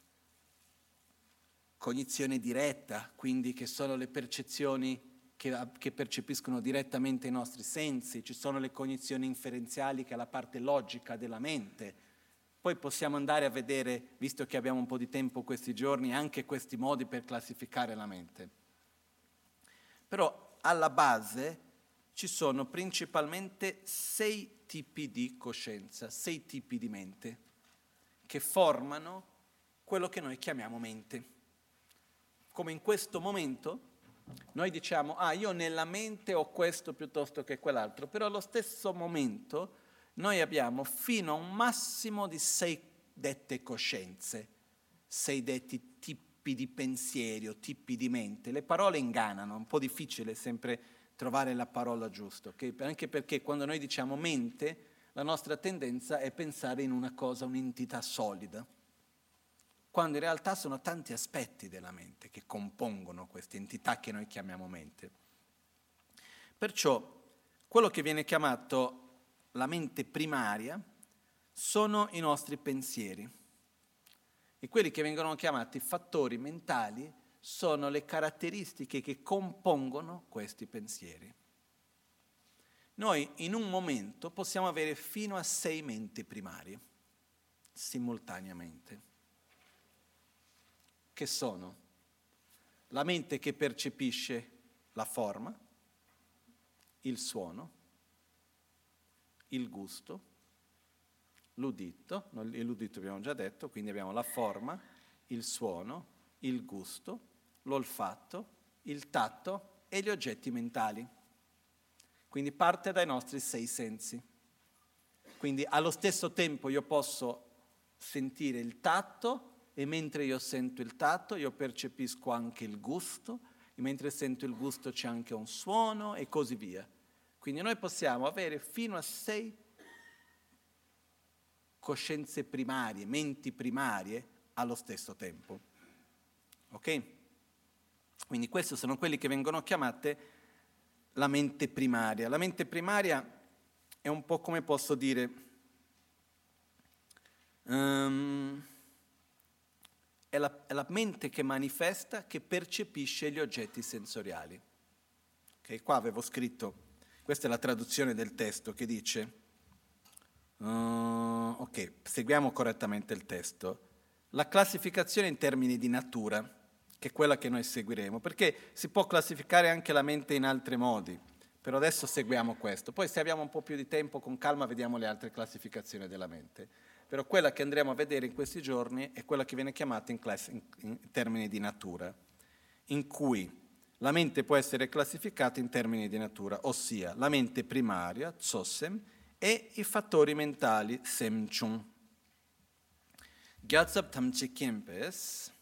A: cognizione diretta, quindi che sono le percezioni che, che percepiscono direttamente i nostri sensi, ci sono le cognizioni inferenziali che è la parte logica della mente. Poi possiamo andare a vedere, visto che abbiamo un po' di tempo questi giorni, anche questi modi per classificare la mente. Però alla base ci sono principalmente sei tipi di coscienza, sei tipi di mente, che formano quello che noi chiamiamo mente. Come in questo momento noi diciamo, ah, io nella mente ho questo piuttosto che quell'altro, però allo stesso momento noi abbiamo fino a un massimo di sei dette coscienze, sei detti tipi di pensieri o tipi di mente. Le parole ingannano, è un po' difficile sempre trovare la parola giusta, okay? Anche perché quando noi diciamo mente, la nostra tendenza è pensare in una cosa, un'entità solida, quando in realtà sono tanti aspetti della mente che compongono questa entità che noi chiamiamo mente. Perciò quello che viene chiamato la mente primaria sono i nostri pensieri e quelli che vengono chiamati fattori mentali sono le caratteristiche che compongono questi pensieri. Noi in un momento possiamo avere fino a sei menti primarie simultaneamente, che sono la mente che percepisce la forma, il suono, il gusto, l'udito, l'udito abbiamo già detto, quindi abbiamo la forma, il suono, il gusto, l'olfatto, il tatto e gli oggetti mentali. Quindi parte dai nostri sei sensi. Quindi allo stesso tempo io posso sentire il tatto e mentre io sento il tatto io percepisco anche il gusto e mentre sento il gusto c'è anche un suono e così via. Quindi noi possiamo avere fino a sei coscienze primarie, menti primarie allo stesso tempo. Ok? Quindi questi sono quelli che vengono chiamate la mente primaria. La mente primaria è un po' come posso dire, um, è, la, è la mente che manifesta, che percepisce gli oggetti sensoriali. Okay? Qua avevo scritto, questa è la traduzione del testo che dice, uh, ok, seguiamo correttamente il testo, la classificazione in termini di natura, che è quella che noi seguiremo, perché si può classificare anche la mente in altri modi, però adesso seguiamo questo. Poi se abbiamo un po' più di tempo, con calma, vediamo le altre classificazioni della mente. Però quella che andremo a vedere in questi giorni è quella che viene chiamata in, class- in, in termini di natura, in cui la mente può essere classificata in termini di natura, ossia la mente primaria, tsosem, e i fattori mentali, semchung. Gyatsab tamche kempes,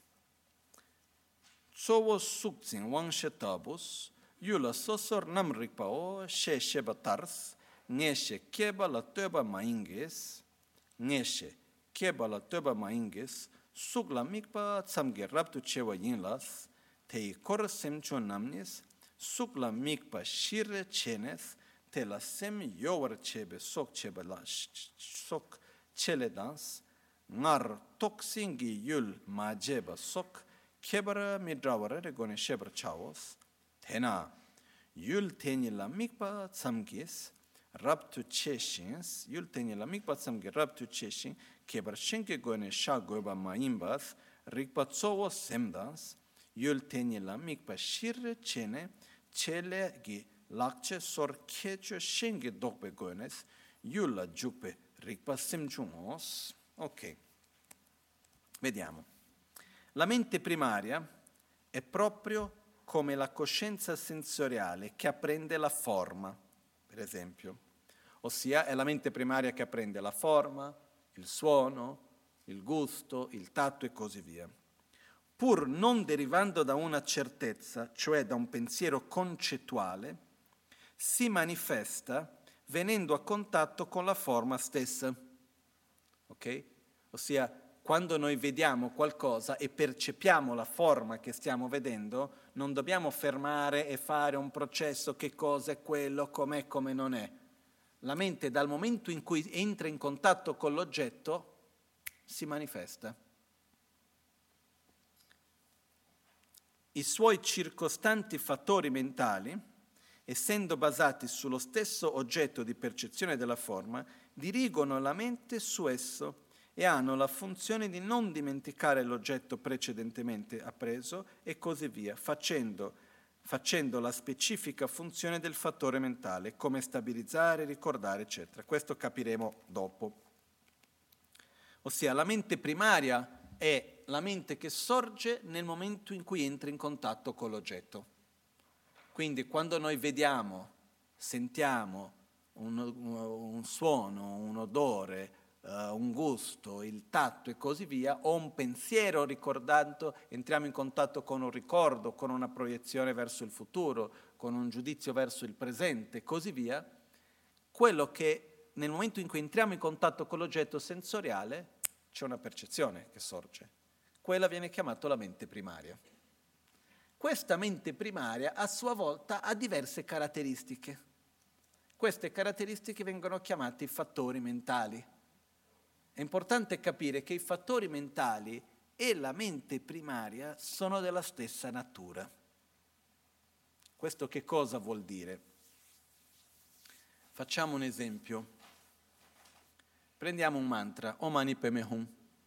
A: tsowo sukzin wangshe tabus, yula sosor namrikpao she sheba tars, ngeshe keba la toba mainges, ngeshe keba la toba mainges, sukla mikpa tsamge raptu chewa yinlas, tei kor semchun namnis, sukla mikpa shire chenes, te la sem yowar chebe sok cheba la sok chele dans, ngar toksingi yul majeba sok, kebara midrawara regone shebra chawos, tena yul teni la mikpa tsamgis, rabtu cheshins, yul teni la mikpa tsamgis rabtu cheshin, kebara shenke gone sha goba maimbas, rikpa tsowo semdans, yul teni la mikpa shirre chene, chele gi lakche sor kecho shenke dokbe gones, yul la jukbe rikpa simchungos. Ok, vediamo. La mente primaria è proprio come la coscienza sensoriale che apprende la forma, per esempio. Ossia è la mente primaria che apprende la forma, il suono, il gusto, il tatto e così via. Pur non derivando da una certezza, cioè da un pensiero concettuale, si manifesta venendo a contatto con la forma stessa. Ok? Ossia, quando noi vediamo qualcosa e percepiamo la forma che stiamo vedendo, non dobbiamo fermare e fare un processo che cosa è quello, com'è, come non è. La mente dal momento in cui entra in contatto con l'oggetto si manifesta. I suoi circostanti fattori mentali, essendo basati sullo stesso oggetto di percezione della forma, dirigono la mente su esso e hanno la funzione di non dimenticare l'oggetto precedentemente appreso e così via, facendo, facendo la specifica funzione del fattore mentale, come stabilizzare, ricordare, eccetera. Questo capiremo dopo. Ossia, la mente primaria è la mente che sorge nel momento in cui entra in contatto con l'oggetto. Quindi quando noi vediamo, sentiamo un, un suono, un odore, Uh, un gusto, il tatto e così via, o un pensiero ricordando, entriamo in contatto con un ricordo, con una proiezione verso il futuro, con un giudizio verso il presente e così via, quello che nel momento in cui entriamo in contatto con l'oggetto sensoriale c'è una percezione che sorge. Quella viene chiamata la mente primaria. Questa mente primaria a sua volta ha diverse caratteristiche. Queste caratteristiche vengono chiamate fattori mentali. È importante capire che i fattori mentali e la mente primaria sono della stessa natura. Questo che cosa vuol dire? Facciamo un esempio. Prendiamo un mantra, Om Mani Padme Hum.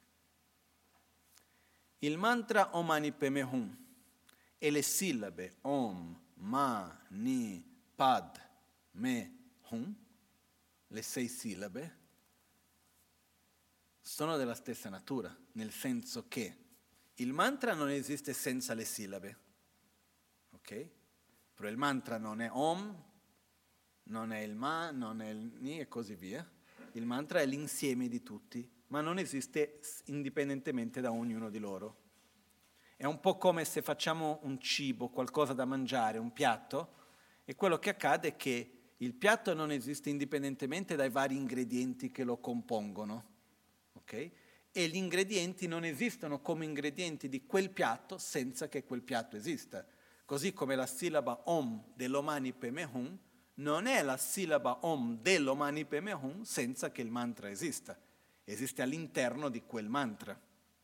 A: Il mantra Om Mani Padme Hum e le sillabe Om, Mani, Padme Hum, le sei sillabe, sono della stessa natura, nel senso che il mantra non esiste senza le sillabe, ok? Però il mantra non è Om, non è il Ma, non è il Ni e così via. Il mantra è l'insieme di tutti, ma non esiste indipendentemente da ognuno di loro. È un po' come se facciamo un cibo, qualcosa da mangiare, un piatto, e quello che accade è che il piatto non esiste indipendentemente dai vari ingredienti che lo compongono. ok? E gli ingredienti non esistono come ingredienti di quel piatto senza che quel piatto esista. Così come la sillaba Om dell'Omani Padme Hum non è la sillaba Om dell'Omani Padme Hum senza che il mantra esista. Esiste all'interno di quel mantra.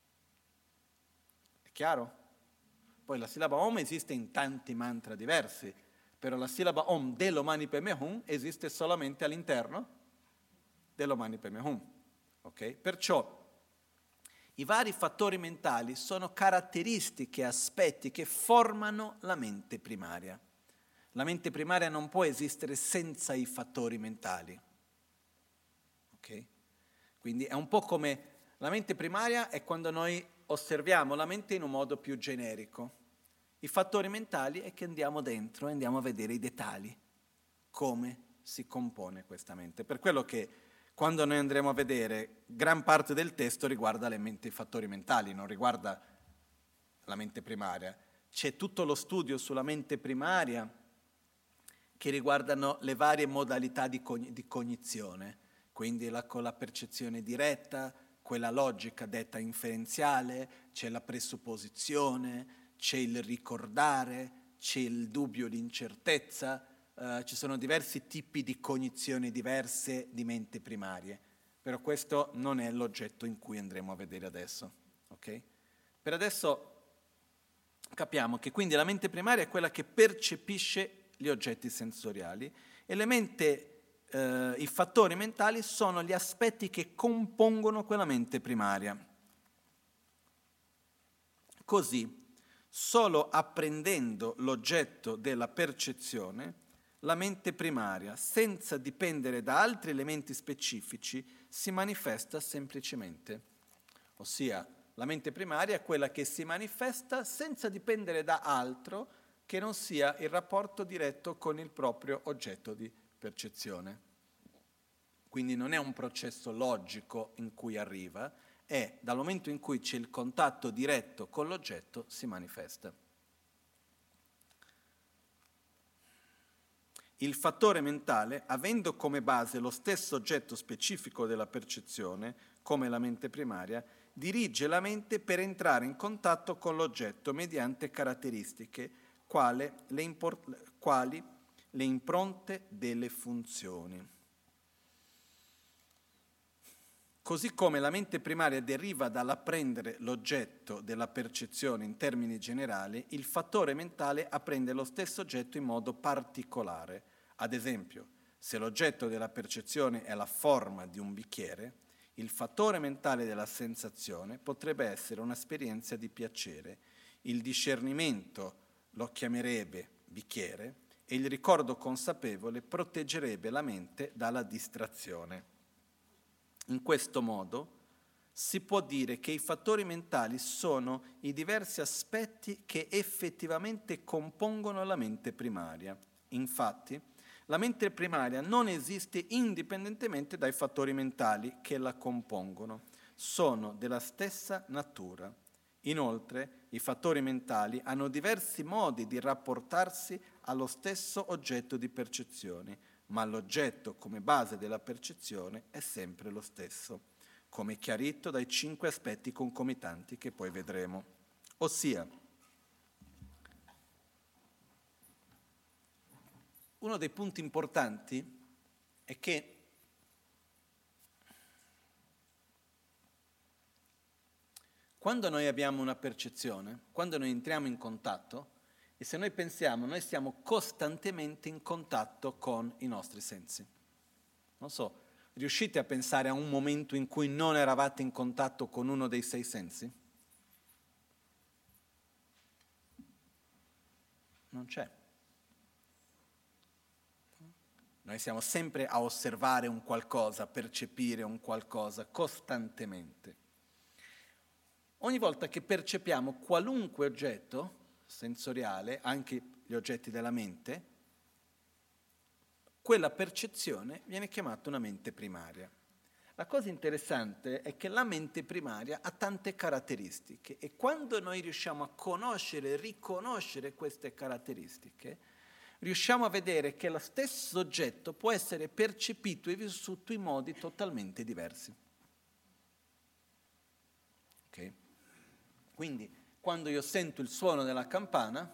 A: È chiaro? Poi la sillaba Om esiste in tanti mantra diversi, però la sillaba Om dell'Omani Padme Hum esiste solamente all'interno dell'Omani Padme Hum. Okay? Perciò i vari fattori mentali sono caratteristiche, aspetti che formano la mente primaria. La mente primaria non può esistere senza i fattori mentali. Okay? Quindi è un po' come la mente primaria è quando noi osserviamo la mente in un modo più generico. I fattori mentali è che andiamo dentro e andiamo a vedere i dettagli, come si compone questa mente. Per quello che quando noi andremo a vedere, gran parte del testo riguarda le menti, i fattori mentali, non riguarda la mente primaria. C'è tutto lo studio sulla mente primaria che riguardano le varie modalità di, cogn- di cognizione, quindi la, con la percezione diretta, quella logica detta inferenziale, c'è la presupposizione, c'è il ricordare, c'è il dubbio, l'incertezza. Uh, ci sono diversi tipi di cognizioni diverse di mente primarie, però questo non è l'oggetto in cui andremo a vedere adesso. Okay? Per adesso capiamo che quindi la mente primaria è quella che percepisce gli oggetti sensoriali e le mente, uh, i fattori mentali sono gli aspetti che compongono quella mente primaria. Così, solo apprendendo l'oggetto della percezione, la mente primaria, senza dipendere da altri elementi specifici, si manifesta semplicemente. Ossia, la mente primaria è quella che si manifesta senza dipendere da altro che non sia il rapporto diretto con il proprio oggetto di percezione. Quindi non è un processo logico in cui arriva, è dal momento in cui c'è il contatto diretto con l'oggetto si manifesta. Il fattore mentale, avendo come base lo stesso oggetto specifico della percezione, come la mente primaria, dirige la mente per entrare in contatto con l'oggetto mediante caratteristiche, quali le, import- quali le impronte delle funzioni. Così come la mente primaria deriva dall'apprendere l'oggetto della percezione in termini generali, il fattore mentale apprende lo stesso oggetto in modo particolare. Ad esempio, se l'oggetto della percezione è la forma di un bicchiere, il fattore mentale della sensazione potrebbe essere un'esperienza di piacere, il discernimento lo chiamerebbe bicchiere e il ricordo consapevole proteggerebbe la mente dalla distrazione. In questo modo si può dire che i fattori mentali sono i diversi aspetti che effettivamente compongono la mente primaria. Infatti, la mente primaria non esiste indipendentemente dai fattori mentali che la compongono, sono della stessa natura. Inoltre, i fattori mentali hanno diversi modi di rapportarsi allo stesso oggetto di percezione, ma l'oggetto come base della percezione è sempre lo stesso, come chiarito dai cinque aspetti concomitanti che poi vedremo. Ossia, uno dei punti importanti è che quando noi abbiamo una percezione, quando noi entriamo in contatto, e se noi pensiamo, noi siamo costantemente in contatto con i nostri sensi. Non so, riuscite a pensare a un momento in cui non eravate in contatto con uno dei sei sensi? Non c'è. Noi siamo sempre a osservare un qualcosa, a percepire un qualcosa costantemente. Ogni volta che percepiamo qualunque oggetto sensoriale, anche gli oggetti della mente, quella percezione viene chiamata una mente primaria. La cosa interessante è che la mente primaria ha tante caratteristiche e quando noi riusciamo a conoscere e riconoscere queste caratteristiche, riusciamo a vedere che lo stesso oggetto può essere percepito e vissuto in modi totalmente diversi. Ok? Quindi, quando io sento il suono della campana,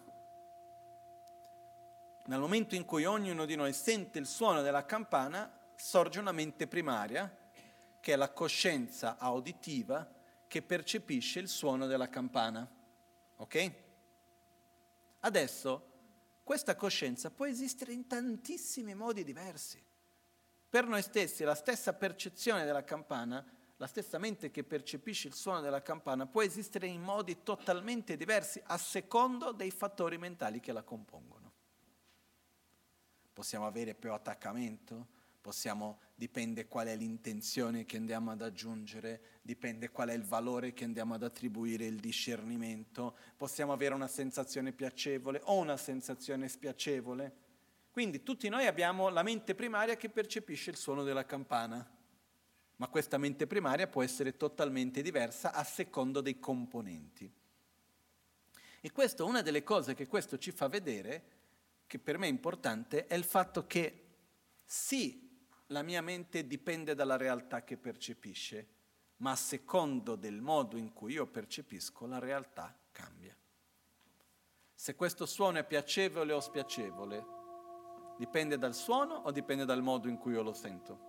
A: nel momento in cui ognuno di noi sente il suono della campana, sorge una mente primaria, che è la coscienza auditiva che percepisce il suono della campana. Ok? Adesso, questa coscienza può esistere in tantissimi modi diversi. Per noi stessi, la stessa percezione della campana, la stessa mente che percepisce il suono della campana, può esistere in modi totalmente diversi a secondo dei fattori mentali che la compongono. Possiamo avere più attaccamento, possiamo, dipende qual è l'intenzione che andiamo ad aggiungere, dipende qual è il valore che andiamo ad attribuire, il discernimento, possiamo avere una sensazione piacevole o una sensazione spiacevole. Quindi tutti noi abbiamo la mente primaria che percepisce il suono della campana, ma questa mente primaria può essere totalmente diversa a secondo dei componenti. E questo, una delle cose che questo ci fa vedere, che per me è importante, è il fatto che sì, la mia mente dipende dalla realtà che percepisce, ma a secondo del modo in cui io percepisco, la realtà cambia. Se questo suono è piacevole o spiacevole, dipende dal suono o dipende dal modo in cui io lo sento?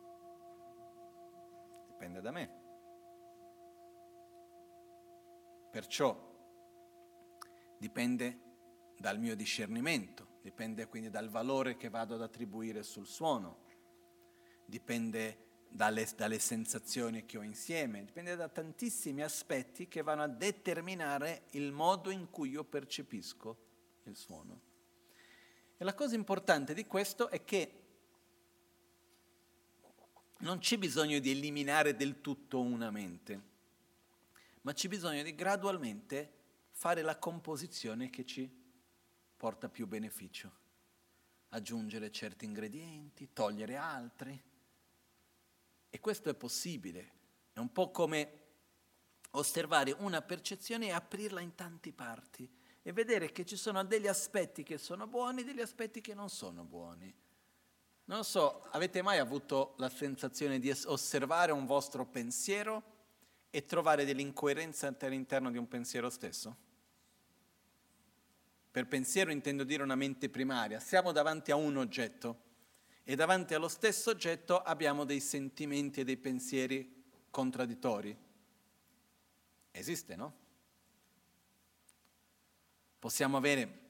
A: Dipende da me. Perciò dipende dal mio discernimento, dipende quindi dal valore che vado ad attribuire sul suono, dipende dalle, dalle sensazioni che ho insieme, dipende da tantissimi aspetti che vanno a determinare il modo in cui io percepisco il suono. E la cosa importante di questo è che non c'è bisogno di eliminare del tutto una mente, ma c'è bisogno di gradualmente fare la composizione che ci porta più beneficio, aggiungere certi ingredienti, togliere altri. E questo è possibile, è un po' come osservare una percezione e aprirla in tante parti e vedere che ci sono degli aspetti che sono buoni e degli aspetti che non sono buoni. Non so, avete mai avuto la sensazione di osservare un vostro pensiero e trovare delle incoerenze all'interno di un pensiero stesso? Per pensiero intendo dire una mente primaria. Siamo davanti a un oggetto e davanti allo stesso oggetto abbiamo dei sentimenti e dei pensieri contraddittori. Esiste, no? Possiamo avere.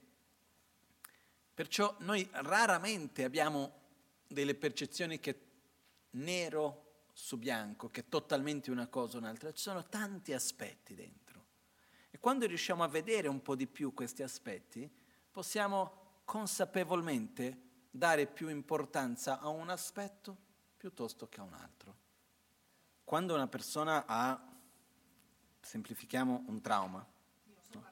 A: Perciò noi raramente abbiamo delle percezioni che nero su bianco, che è totalmente una cosa o un'altra. Ci sono tanti aspetti dentro. E quando riusciamo a vedere un po' di più questi aspetti, possiamo consapevolmente dare più importanza a un aspetto piuttosto che a un altro. Quando una persona ha, semplifichiamo, un trauma, no?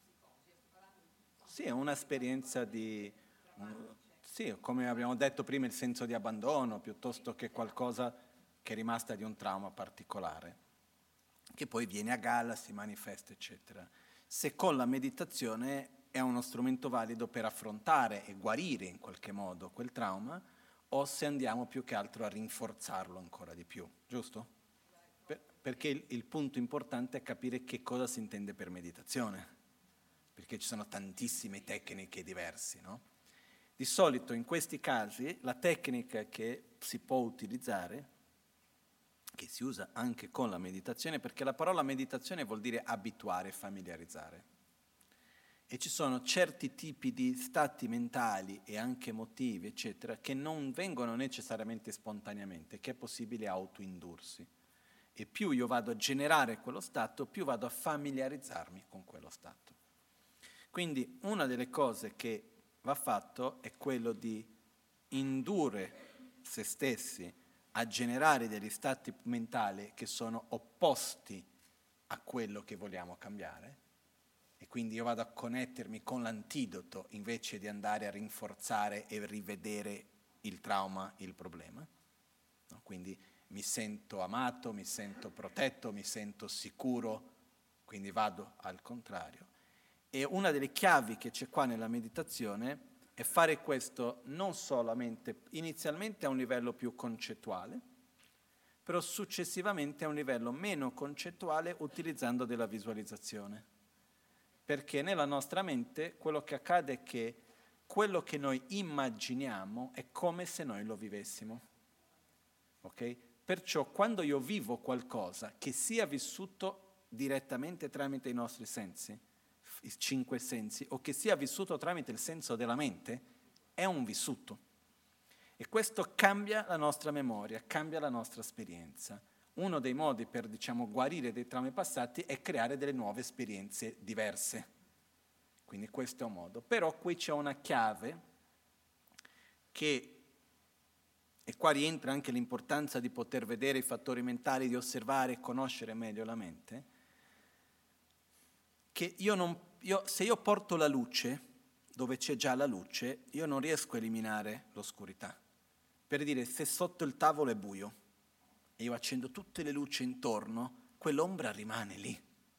A: Sì, è un'esperienza di, un, sì, come abbiamo detto prima, il senso di abbandono, piuttosto che qualcosa che è rimasta di un trauma particolare, che poi viene a galla, si manifesta, eccetera. Se con la meditazione è uno strumento valido per affrontare e guarire in qualche modo quel trauma, o se andiamo più che altro a rinforzarlo ancora di più, giusto? Per, perché il, il punto importante è capire che cosa si intende per meditazione, perché ci sono tantissime tecniche diverse, no? Di solito in questi casi la tecnica che si può utilizzare, che si usa anche con la meditazione, perché la parola meditazione vuol dire abituare, familiarizzare. E ci sono certi tipi di stati mentali e anche emotivi, eccetera, che non vengono necessariamente spontaneamente, che è possibile autoindursi. E più io vado a generare quello stato, più vado a familiarizzarmi con quello stato. Quindi una delle cose che va fatto è quello di indurre se stessi a generare degli stati mentali che sono opposti a quello che vogliamo cambiare, e quindi io vado a connettermi con l'antidoto invece di andare a rinforzare e rivedere il trauma, il problema. No? Quindi mi sento amato, mi sento protetto, mi sento sicuro, quindi vado al contrario. E una delle chiavi che c'è qua nella meditazione è fare questo non solamente inizialmente a un livello più concettuale, però successivamente a un livello meno concettuale utilizzando della visualizzazione. Perché nella nostra mente quello che accade è che quello che noi immaginiamo è come se noi lo vivessimo. Ok? Perciò quando io vivo qualcosa che sia vissuto direttamente tramite i nostri sensi, i cinque sensi, o che sia vissuto tramite il senso della mente, è un vissuto. E questo cambia la nostra memoria, cambia la nostra esperienza. Uno dei modi per, diciamo, guarire dei traumi passati è creare delle nuove esperienze diverse. Quindi questo è un modo. Però qui c'è una chiave che, e qua rientra anche l'importanza di poter vedere i fattori mentali, di osservare e conoscere meglio la mente, che io non, io, se io porto la luce, dove c'è già la luce, io non riesco a eliminare l'oscurità. Per dire, se sotto il tavolo è buio e io accendo tutte le luci intorno, quell'ombra rimane lì.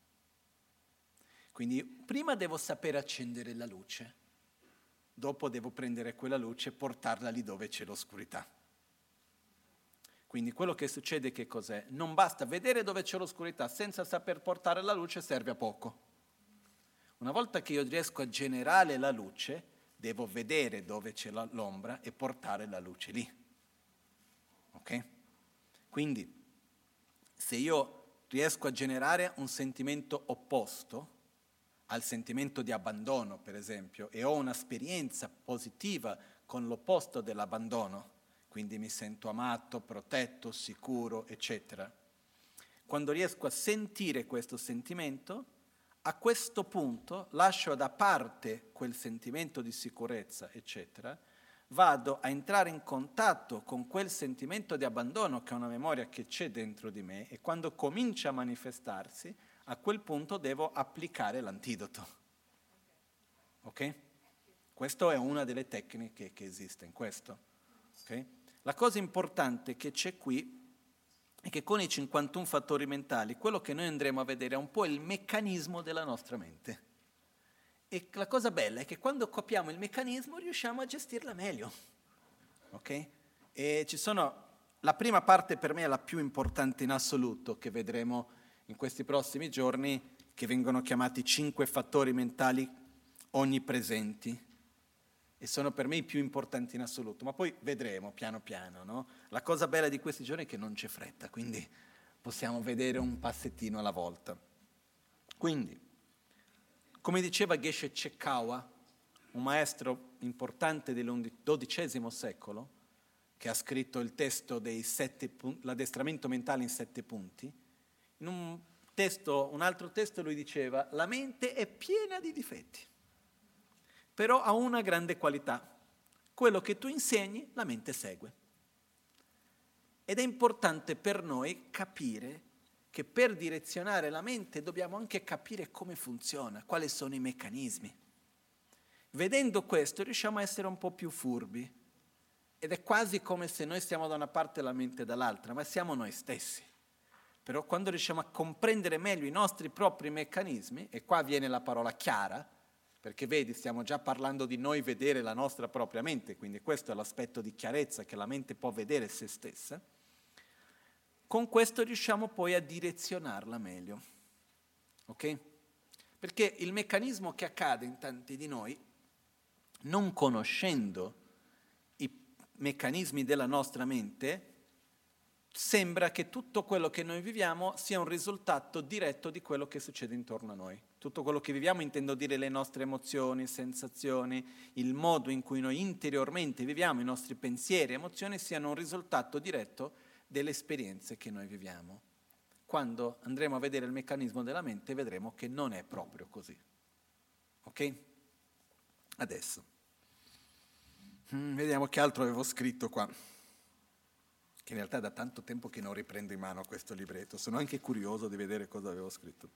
A: Quindi prima devo sapere accendere la luce, dopo devo prendere quella luce e portarla lì dove c'è l'oscurità. Quindi quello che succede che cos'è? Non basta vedere dove c'è l'oscurità, senza saper portare la luce serve a poco. Una volta che io riesco a generare la luce, devo vedere dove c'è la, l'ombra e portare la luce lì. Ok? Quindi, se io riesco a generare un sentimento opposto al sentimento di abbandono, per esempio, e ho un'esperienza positiva con l'opposto dell'abbandono, quindi mi sento amato, protetto, sicuro, eccetera. Quando riesco a sentire questo sentimento, a questo punto lascio da parte quel sentimento di sicurezza, eccetera, vado a entrare in contatto con quel sentimento di abbandono che è una memoria che c'è dentro di me e quando comincia a manifestarsi, a quel punto devo applicare l'antidoto. Ok? Questa è una delle tecniche che esiste in questo. Okay? La cosa importante che c'è qui è che con i cinquantuno fattori mentali quello che noi andremo a vedere è un po' il meccanismo della nostra mente. E la cosa bella è che quando capiamo il meccanismo riusciamo a gestirla meglio. Ok? E ci sono, la prima parte per me è la più importante in assoluto che vedremo in questi prossimi giorni, che vengono chiamati cinque fattori mentali onnipresenti. E sono per me i più importanti in assoluto, ma poi vedremo piano piano, no? La cosa bella di questi giorni è che non c'è fretta, quindi possiamo vedere un passettino alla volta. Quindi, come diceva Geshe Chekawa, un maestro importante dell'undicesimo secolo, che ha scritto il testo dei sette punti, l'addestramento mentale in sette punti, in un testo, un altro testo lui diceva: la mente è piena di difetti, però ha una grande qualità. Quello che tu insegni, la mente segue. Ed è importante per noi capire che per direzionare la mente dobbiamo anche capire come funziona, quali sono i meccanismi. Vedendo questo riusciamo a essere un po' più furbi. Ed è quasi come se noi stiamo da una parte e la mente dall'altra, ma siamo noi stessi. Però quando riusciamo a comprendere meglio i nostri propri meccanismi, e qua viene la parola chiara, perché vedi, stiamo già parlando di noi vedere la nostra propria mente, quindi questo è l'aspetto di chiarezza che la mente può vedere se stessa, con questo riusciamo poi a direzionarla meglio. Ok? Perché il meccanismo che accade in tanti di noi, non conoscendo i meccanismi della nostra mente, sembra che tutto quello che noi viviamo sia un risultato diretto di quello che succede intorno a noi. Tutto quello che viviamo, intendo dire le nostre emozioni, sensazioni, il modo in cui noi interiormente viviamo, i nostri pensieri, emozioni, siano un risultato diretto delle esperienze che noi viviamo. Quando andremo a vedere il meccanismo della mente vedremo che non è proprio così. Ok? Adesso. Mm, vediamo che altro avevo scritto qua. Che in realtà è da tanto tempo che non riprendo in mano questo libretto. Sono anche curioso di vedere cosa avevo scritto.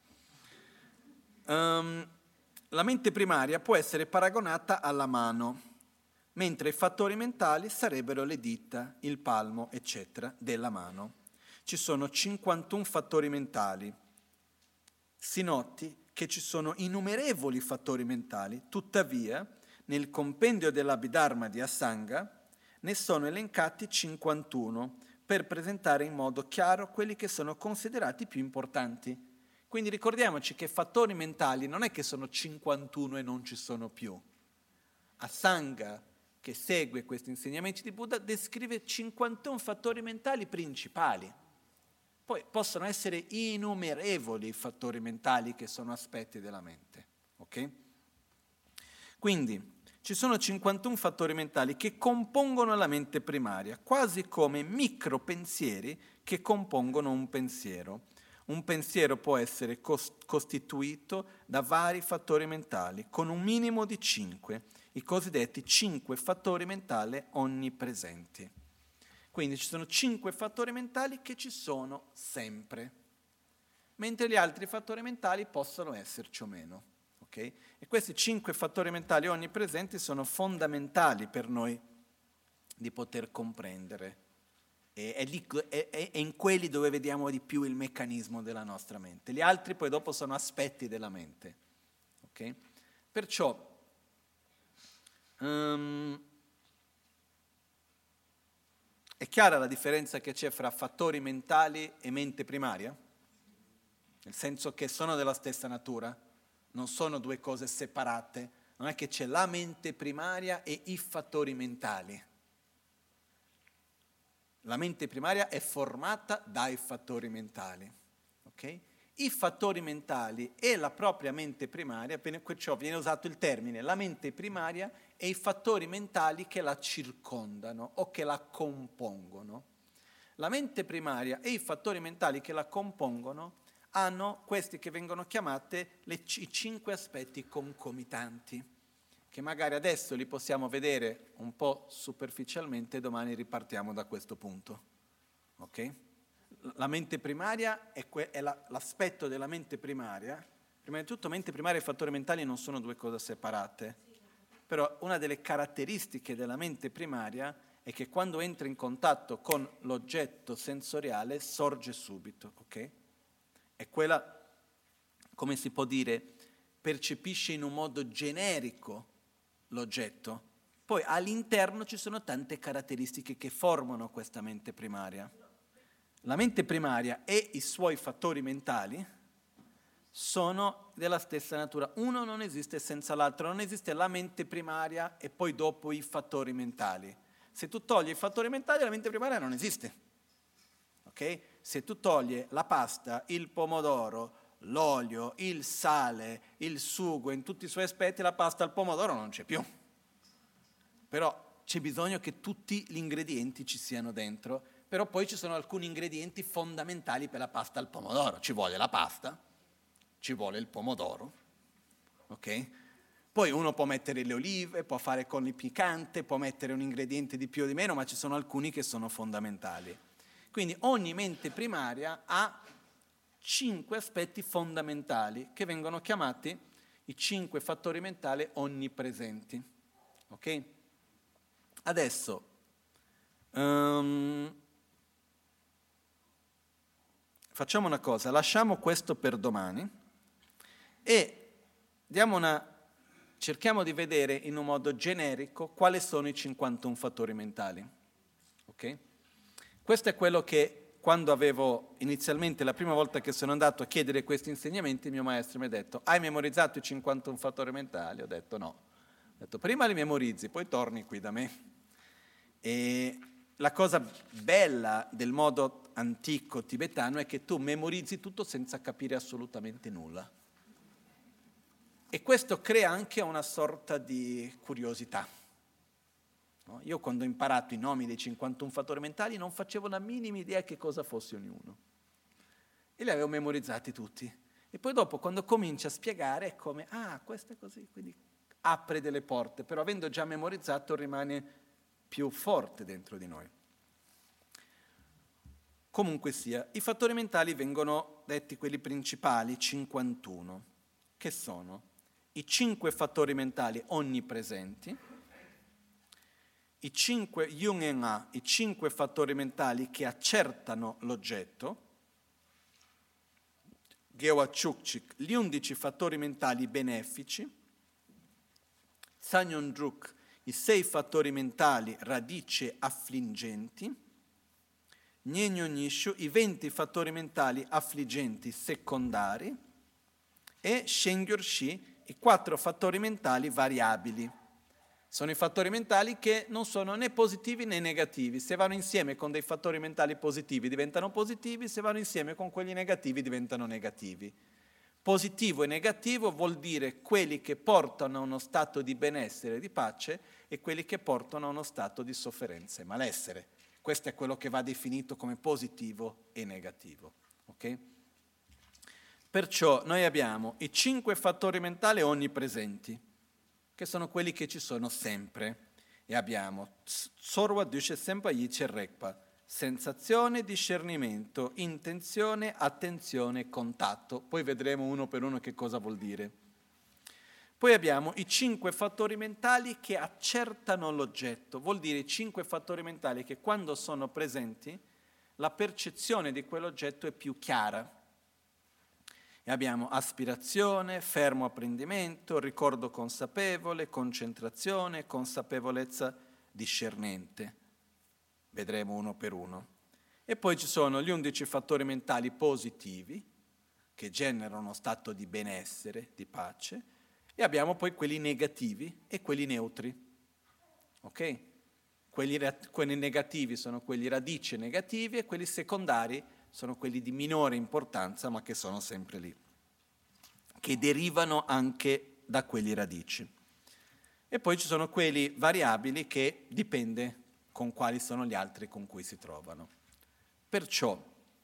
A: Um, la mente primaria può essere paragonata alla mano, mentre i fattori mentali sarebbero le dita, il palmo, eccetera, della mano. Ci sono cinquantuno fattori mentali. Si noti che ci sono innumerevoli fattori mentali, tuttavia, nel compendio dell'Abhidharma di Asanga ne sono elencati cinquantuno, per presentare in modo chiaro quelli che sono considerati più importanti. Quindi ricordiamoci che fattori mentali non è che sono cinquantuno e non ci sono più. Asanga, che segue questi insegnamenti di Buddha, descrive cinquantuno fattori mentali principali. Poi possono essere innumerevoli i fattori mentali che sono aspetti della mente. Ok? Quindi ci sono cinquantuno fattori mentali che compongono la mente primaria, quasi come micropensieri che compongono un pensiero. Un pensiero può essere costituito da vari fattori mentali, con un minimo di cinque, i cosiddetti cinque fattori mentali onnipresenti. Quindi ci sono cinque fattori mentali che ci sono sempre, mentre gli altri fattori mentali possono esserci o meno. Okay? E questi cinque fattori mentali onnipresenti sono fondamentali per noi di poter comprendere. E è, lì, è, è in quelli dove vediamo di più il meccanismo della nostra mente. Gli altri poi dopo sono aspetti della mente. Okay? Perciò um, è chiara la differenza che c'è fra fattori mentali e mente primaria? Nel senso che sono della stessa natura, non sono due cose separate, non è che c'è la mente primaria e i fattori mentali. La mente primaria è formata dai fattori mentali. Okay? I fattori mentali e la propria mente primaria, perciò viene usato il termine, la mente primaria e i fattori mentali che la circondano o che la compongono. La mente primaria e i fattori mentali che la compongono hanno questi che vengono chiamate le, i cinque aspetti concomitanti, che magari adesso li possiamo vedere un po' superficialmente e domani ripartiamo da questo punto. Ok? La mente primaria è, que- è la, l'aspetto della mente primaria. Prima di tutto, mente primaria e fattori mentali non sono due cose separate, però una delle caratteristiche della mente primaria è che quando entra in contatto con l'oggetto sensoriale sorge subito, ok? È quella, come si può dire, percepisce in un modo generico l'oggetto. Poi all'interno ci sono tante caratteristiche che formano questa mente primaria. La mente primaria e i suoi fattori mentali sono della stessa natura. Uno non esiste senza l'altro, non esiste la mente primaria e poi dopo i fattori mentali. Se tu togli i fattori mentali, la mente primaria non esiste. Okay? Se tu togli la pasta, il pomodoro, l'olio, il sale, il sugo, in tutti i suoi aspetti, la pasta al pomodoro non c'è più. Però c'è bisogno che tutti gli ingredienti ci siano dentro, però poi ci sono alcuni ingredienti fondamentali per la pasta al pomodoro. Ci vuole la pasta, ci vuole il pomodoro, ok? Poi uno può mettere le olive, può fare con il piccante, può mettere un ingrediente di più o di meno, ma ci sono alcuni che sono fondamentali. Quindi ogni mente primaria ha cinque aspetti fondamentali che vengono chiamati i cinque fattori mentali onnipresenti. Ok? Adesso, um, facciamo una cosa, lasciamo questo per domani e diamo una, cerchiamo di vedere in un modo generico quali sono i cinquantuno fattori mentali. Ok? Questo è quello che quando avevo inizialmente, la prima volta che sono andato a chiedere questi insegnamenti, il mio maestro mi ha detto: hai memorizzato i cinquantuno fattori mentali? Ho detto no. Ho detto prima li memorizzi, poi torni qui da me. E la cosa bella del modo antico tibetano è che tu memorizzi tutto senza capire assolutamente nulla. E questo crea anche una sorta di curiosità. No? Io quando ho imparato i nomi dei cinquantuno fattori mentali non facevo la minima idea che cosa fosse ognuno. E li avevo memorizzati tutti. E poi dopo, quando comincia a spiegare, è come, ah, questo è così, quindi apre delle porte, però avendo già memorizzato rimane più forte dentro di noi. Comunque sia, i fattori mentali vengono detti quelli principali, cinquantuno, che sono i cinque fattori mentali onnipresenti, i cinque Yungen-a, i cinque fattori mentali che accertano l'oggetto, Gyewa-chukchik, gli undici fattori mentali benefici, Sanyon-druk, i sei fattori mentali radice affliggenti, Nyenyonyishu, i venti fattori mentali affliggenti secondari, e Shengyorshi, i quattro fattori mentali variabili. Sono i fattori mentali che non sono né positivi né negativi. Se vanno insieme con dei fattori mentali positivi diventano positivi, se vanno insieme con quelli negativi diventano negativi. Positivo e negativo vuol dire quelli che portano a uno stato di benessere e di pace e quelli che portano a uno stato di sofferenza e malessere. Questo è quello che va definito come positivo e negativo. Okay? Perciò noi abbiamo i cinque fattori mentali onnipresenti, che sono quelli che ci sono sempre. E abbiamo Tsorwa Dushe Senpai Rekpa, sensazione, discernimento, intenzione, attenzione, contatto. Poi vedremo uno per uno che cosa vuol dire. Poi abbiamo i cinque fattori mentali che accertano l'oggetto. Vuol dire i cinque fattori mentali che quando sono presenti la percezione di quell'oggetto è più chiara. E abbiamo aspirazione, fermo apprendimento, ricordo consapevole, concentrazione, consapevolezza discernente. Vedremo uno per uno. E poi ci sono gli undici fattori mentali positivi, che generano uno stato di benessere, di pace, e abbiamo poi quelli negativi e quelli neutri. Ok? Quelli, quelli negativi sono quelli radici negativi e quelli secondari sono quelli di minore importanza, ma che sono sempre lì, che derivano anche da quelli radici. E poi ci sono quelli variabili che dipende con quali sono gli altri con cui si trovano. Perciò,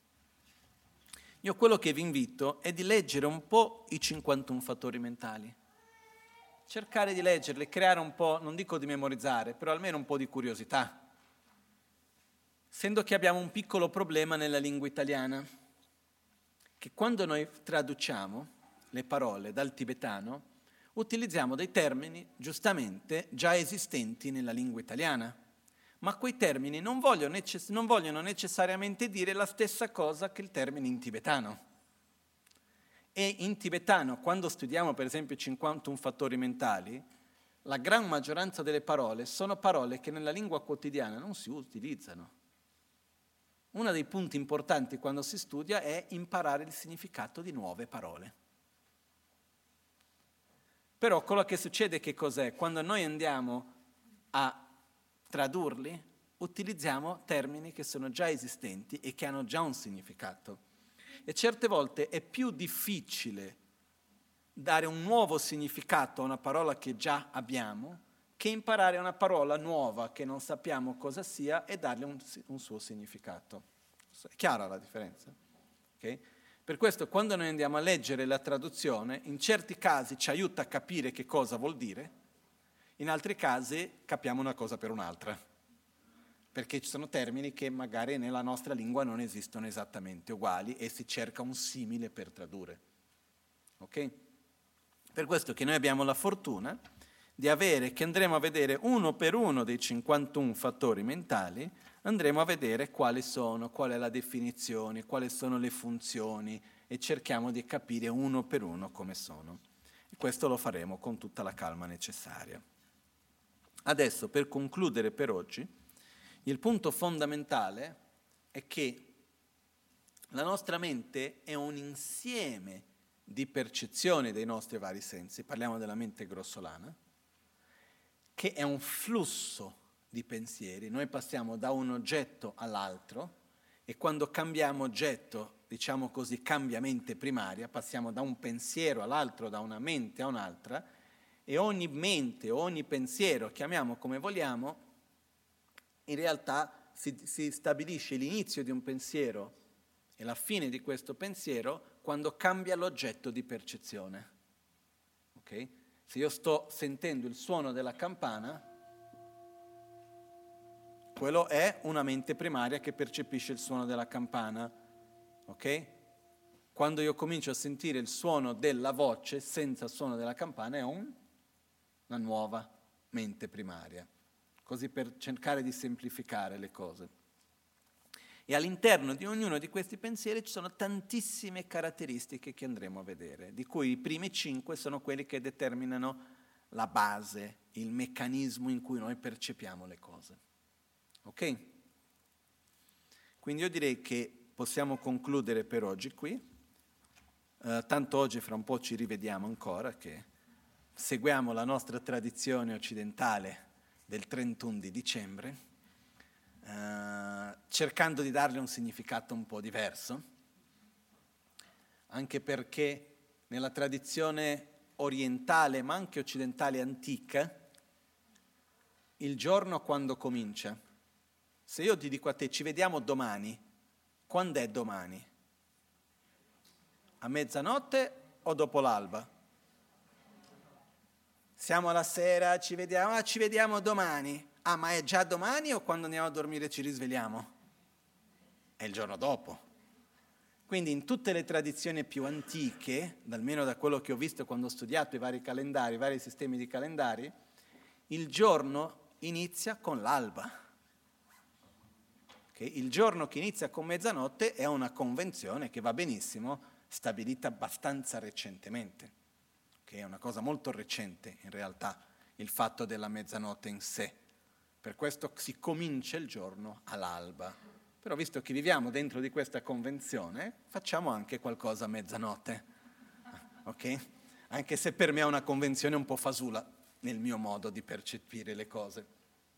A: io quello che vi invito è di leggere un po' i cinquantuno fattori mentali. Cercare di leggerli, creare un po', non dico di memorizzare, però almeno un po' di curiosità. Essendo che abbiamo un piccolo problema nella lingua italiana, che quando noi traduciamo le parole dal tibetano, utilizziamo dei termini, giustamente, già esistenti nella lingua italiana, ma quei termini non vogliono, necess- non vogliono necessariamente dire la stessa cosa che il termine in tibetano. E in tibetano, quando studiamo per esempio i cinquantuno fattori mentali, la gran maggioranza delle parole sono parole che nella lingua quotidiana non si utilizzano. Uno dei punti importanti quando si studia è imparare il significato di nuove parole. Però quello che succede che cos'è? Quando noi andiamo a tradurli, utilizziamo termini che sono già esistenti e che hanno già un significato. E certe volte è più difficile dare un nuovo significato a una parola che già abbiamo che imparare una parola nuova che non sappiamo cosa sia e darle un, un suo significato. È chiara la differenza? Okay? Per questo quando noi andiamo a leggere la traduzione, in certi casi ci aiuta a capire che cosa vuol dire, in altri casi capiamo una cosa per un'altra, perché ci sono termini che magari nella nostra lingua non esistono esattamente uguali e si cerca un simile per tradurre. Ok? Per questo che noi abbiamo la fortuna di avere, che andremo a vedere uno per uno dei cinquantuno fattori mentali, andremo a vedere quali sono, qual è la definizione, quali sono le funzioni e cerchiamo di capire uno per uno come sono. E questo lo faremo con tutta la calma necessaria. Adesso, per concludere per oggi, il punto fondamentale è che la nostra mente è un insieme di percezioni dei nostri vari sensi, parliamo della mente grossolana, che è un flusso di pensieri. Noi passiamo da un oggetto all'altro e quando cambiamo oggetto, diciamo così, cambia mente primaria, passiamo da un pensiero all'altro, da una mente a un'altra, e ogni mente, ogni pensiero, chiamiamo come vogliamo, in realtà si, si stabilisce l'inizio di un pensiero e la fine di questo pensiero quando cambia l'oggetto di percezione. Ok? Se io sto sentendo il suono della campana, quello è una mente primaria che percepisce il suono della campana. Ok? Quando io comincio a sentire il suono della voce senza il suono della campana è un, una nuova mente primaria. Così per cercare di semplificare le cose. E all'interno di ognuno di questi pensieri ci sono tantissime caratteristiche che andremo a vedere, di cui i primi cinque sono quelli che determinano la base, il meccanismo in cui noi percepiamo le cose. Ok? Quindi io direi che possiamo concludere per oggi qui. Uh, tanto oggi fra un po' ci rivediamo ancora, che seguiamo la nostra tradizione occidentale del trentuno di dicembre, uh, cercando di darle un significato un po' diverso, anche perché nella tradizione orientale, ma anche occidentale antica, il giorno quando comincia? Se io ti dico a te, ci vediamo domani, quando è domani? A mezzanotte o dopo l'alba? Siamo alla sera, ci vediamo, ah, ci vediamo domani. Ah, ma è già domani o quando andiamo a dormire ci risvegliamo? È il giorno dopo. Quindi in tutte le tradizioni più antiche, almeno da quello che ho visto quando ho studiato i vari calendari, i vari sistemi di calendari, il giorno inizia con l'alba. Okay? Il giorno che inizia con mezzanotte è una convenzione che va benissimo, stabilita abbastanza recentemente, che è una cosa molto recente in realtà, il fatto della mezzanotte in sé. Per questo si comincia il giorno all'alba. Però visto che viviamo dentro di questa convenzione, facciamo anche qualcosa a mezzanotte, ok? Anche se per me è una convenzione un po' fasula nel mio modo di percepire le cose.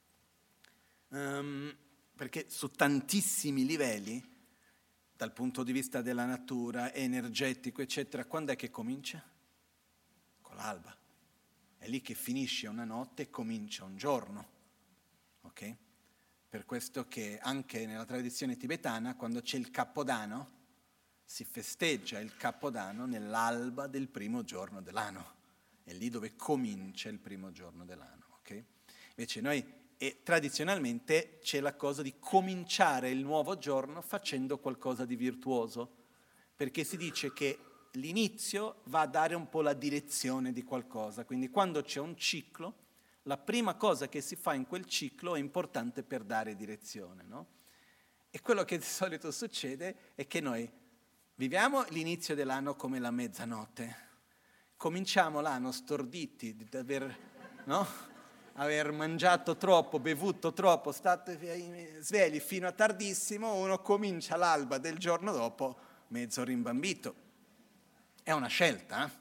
A: Um, perché su tantissimi livelli, dal punto di vista della natura, energetico, eccetera, quando è che comincia? Con l'alba. È lì che finisce una notte e comincia un giorno. Ok? Per questo che anche nella tradizione tibetana, quando c'è il Capodanno, si festeggia il Capodanno nell'alba del primo giorno dell'anno. È lì dove comincia il primo giorno dell'anno. Ok? Invece noi... E tradizionalmente c'è la cosa di cominciare il nuovo giorno facendo qualcosa di virtuoso, perché si dice che l'inizio va a dare un po' la direzione di qualcosa, quindi quando c'è un ciclo, la prima cosa che si fa in quel ciclo è importante per dare direzione, no? E quello che di solito succede è che noi viviamo l'inizio dell'anno come la mezzanotte, cominciamo l'anno storditi di aver, no? aver mangiato troppo, bevuto troppo, state svegli fino a tardissimo, uno comincia l'alba del giorno dopo mezzo rimbambito. È una scelta. Eh?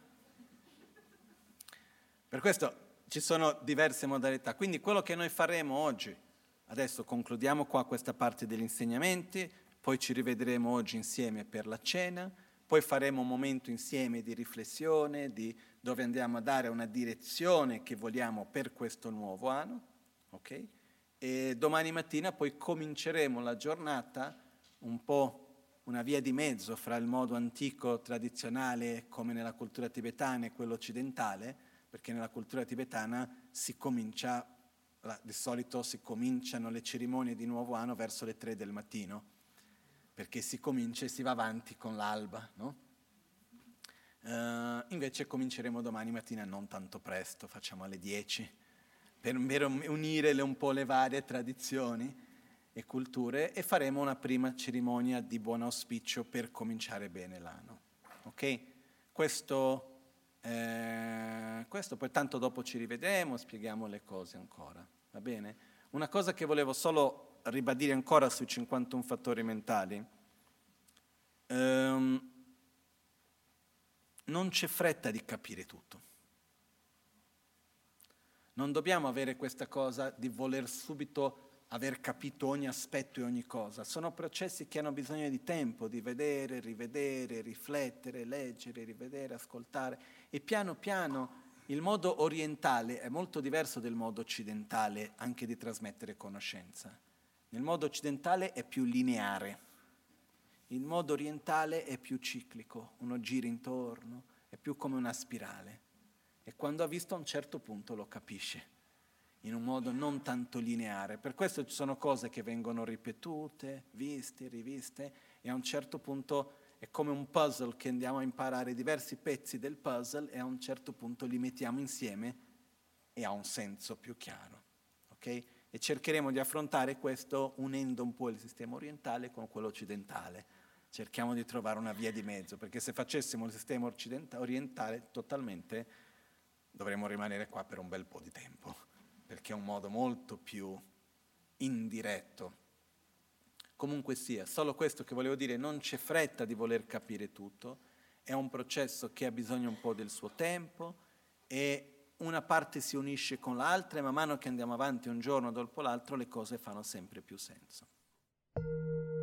A: Per questo ci sono diverse modalità. Quindi quello che noi faremo oggi, adesso concludiamo qua questa parte degli insegnamenti, poi ci rivedremo oggi insieme per la cena, poi faremo un momento insieme di riflessione, di dove andiamo a dare una direzione che vogliamo per questo nuovo anno, ok? E domani mattina poi cominceremo la giornata un po' una via di mezzo fra il modo antico, tradizionale, come nella cultura tibetana, e quello occidentale, perché nella cultura tibetana si comincia, di solito si cominciano le cerimonie di nuovo anno verso le tre del mattino, perché si comincia e si va avanti con l'alba, no? Uh, invece cominceremo domani mattina non tanto presto, facciamo alle dieci, per unire le, un po' le varie tradizioni e culture, e faremo una prima cerimonia di buon auspicio per cominciare bene l'anno. Ok? Questo, eh, questo poi tanto dopo ci rivedremo, spieghiamo le cose ancora, va bene? Una cosa che volevo solo ribadire ancora sui cinquantuno fattori mentali. Um, Non c'è fretta di capire tutto. Non dobbiamo avere questa cosa di voler subito aver capito ogni aspetto e ogni cosa. Sono processi che hanno bisogno di tempo, di vedere, rivedere, riflettere, leggere, rivedere, ascoltare. E piano piano il modo orientale è molto diverso del modo occidentale anche di trasmettere conoscenza. Nel modo occidentale è più lineare. Il modo orientale è più ciclico, uno gira intorno, è più come una spirale. E quando ha visto a un certo punto lo capisce, in un modo non tanto lineare. Per questo ci sono cose che vengono ripetute, viste, riviste, e a un certo punto è come un puzzle che andiamo a imparare diversi pezzi del puzzle e a un certo punto li mettiamo insieme e ha un senso più chiaro. Ok? E cercheremo di affrontare questo unendo un po' il sistema orientale con quello occidentale. Cerchiamo di trovare una via di mezzo, perché se facessimo il sistema orientale totalmente dovremmo rimanere qua per un bel po' di tempo, perché è un modo molto più indiretto Comunque sia, solo questo che volevo dire, non c'è fretta di voler capire tutto, è un processo che ha bisogno un po' del suo tempo e una parte si unisce con l'altra e man mano che andiamo avanti un giorno dopo l'altro le cose fanno sempre più senso.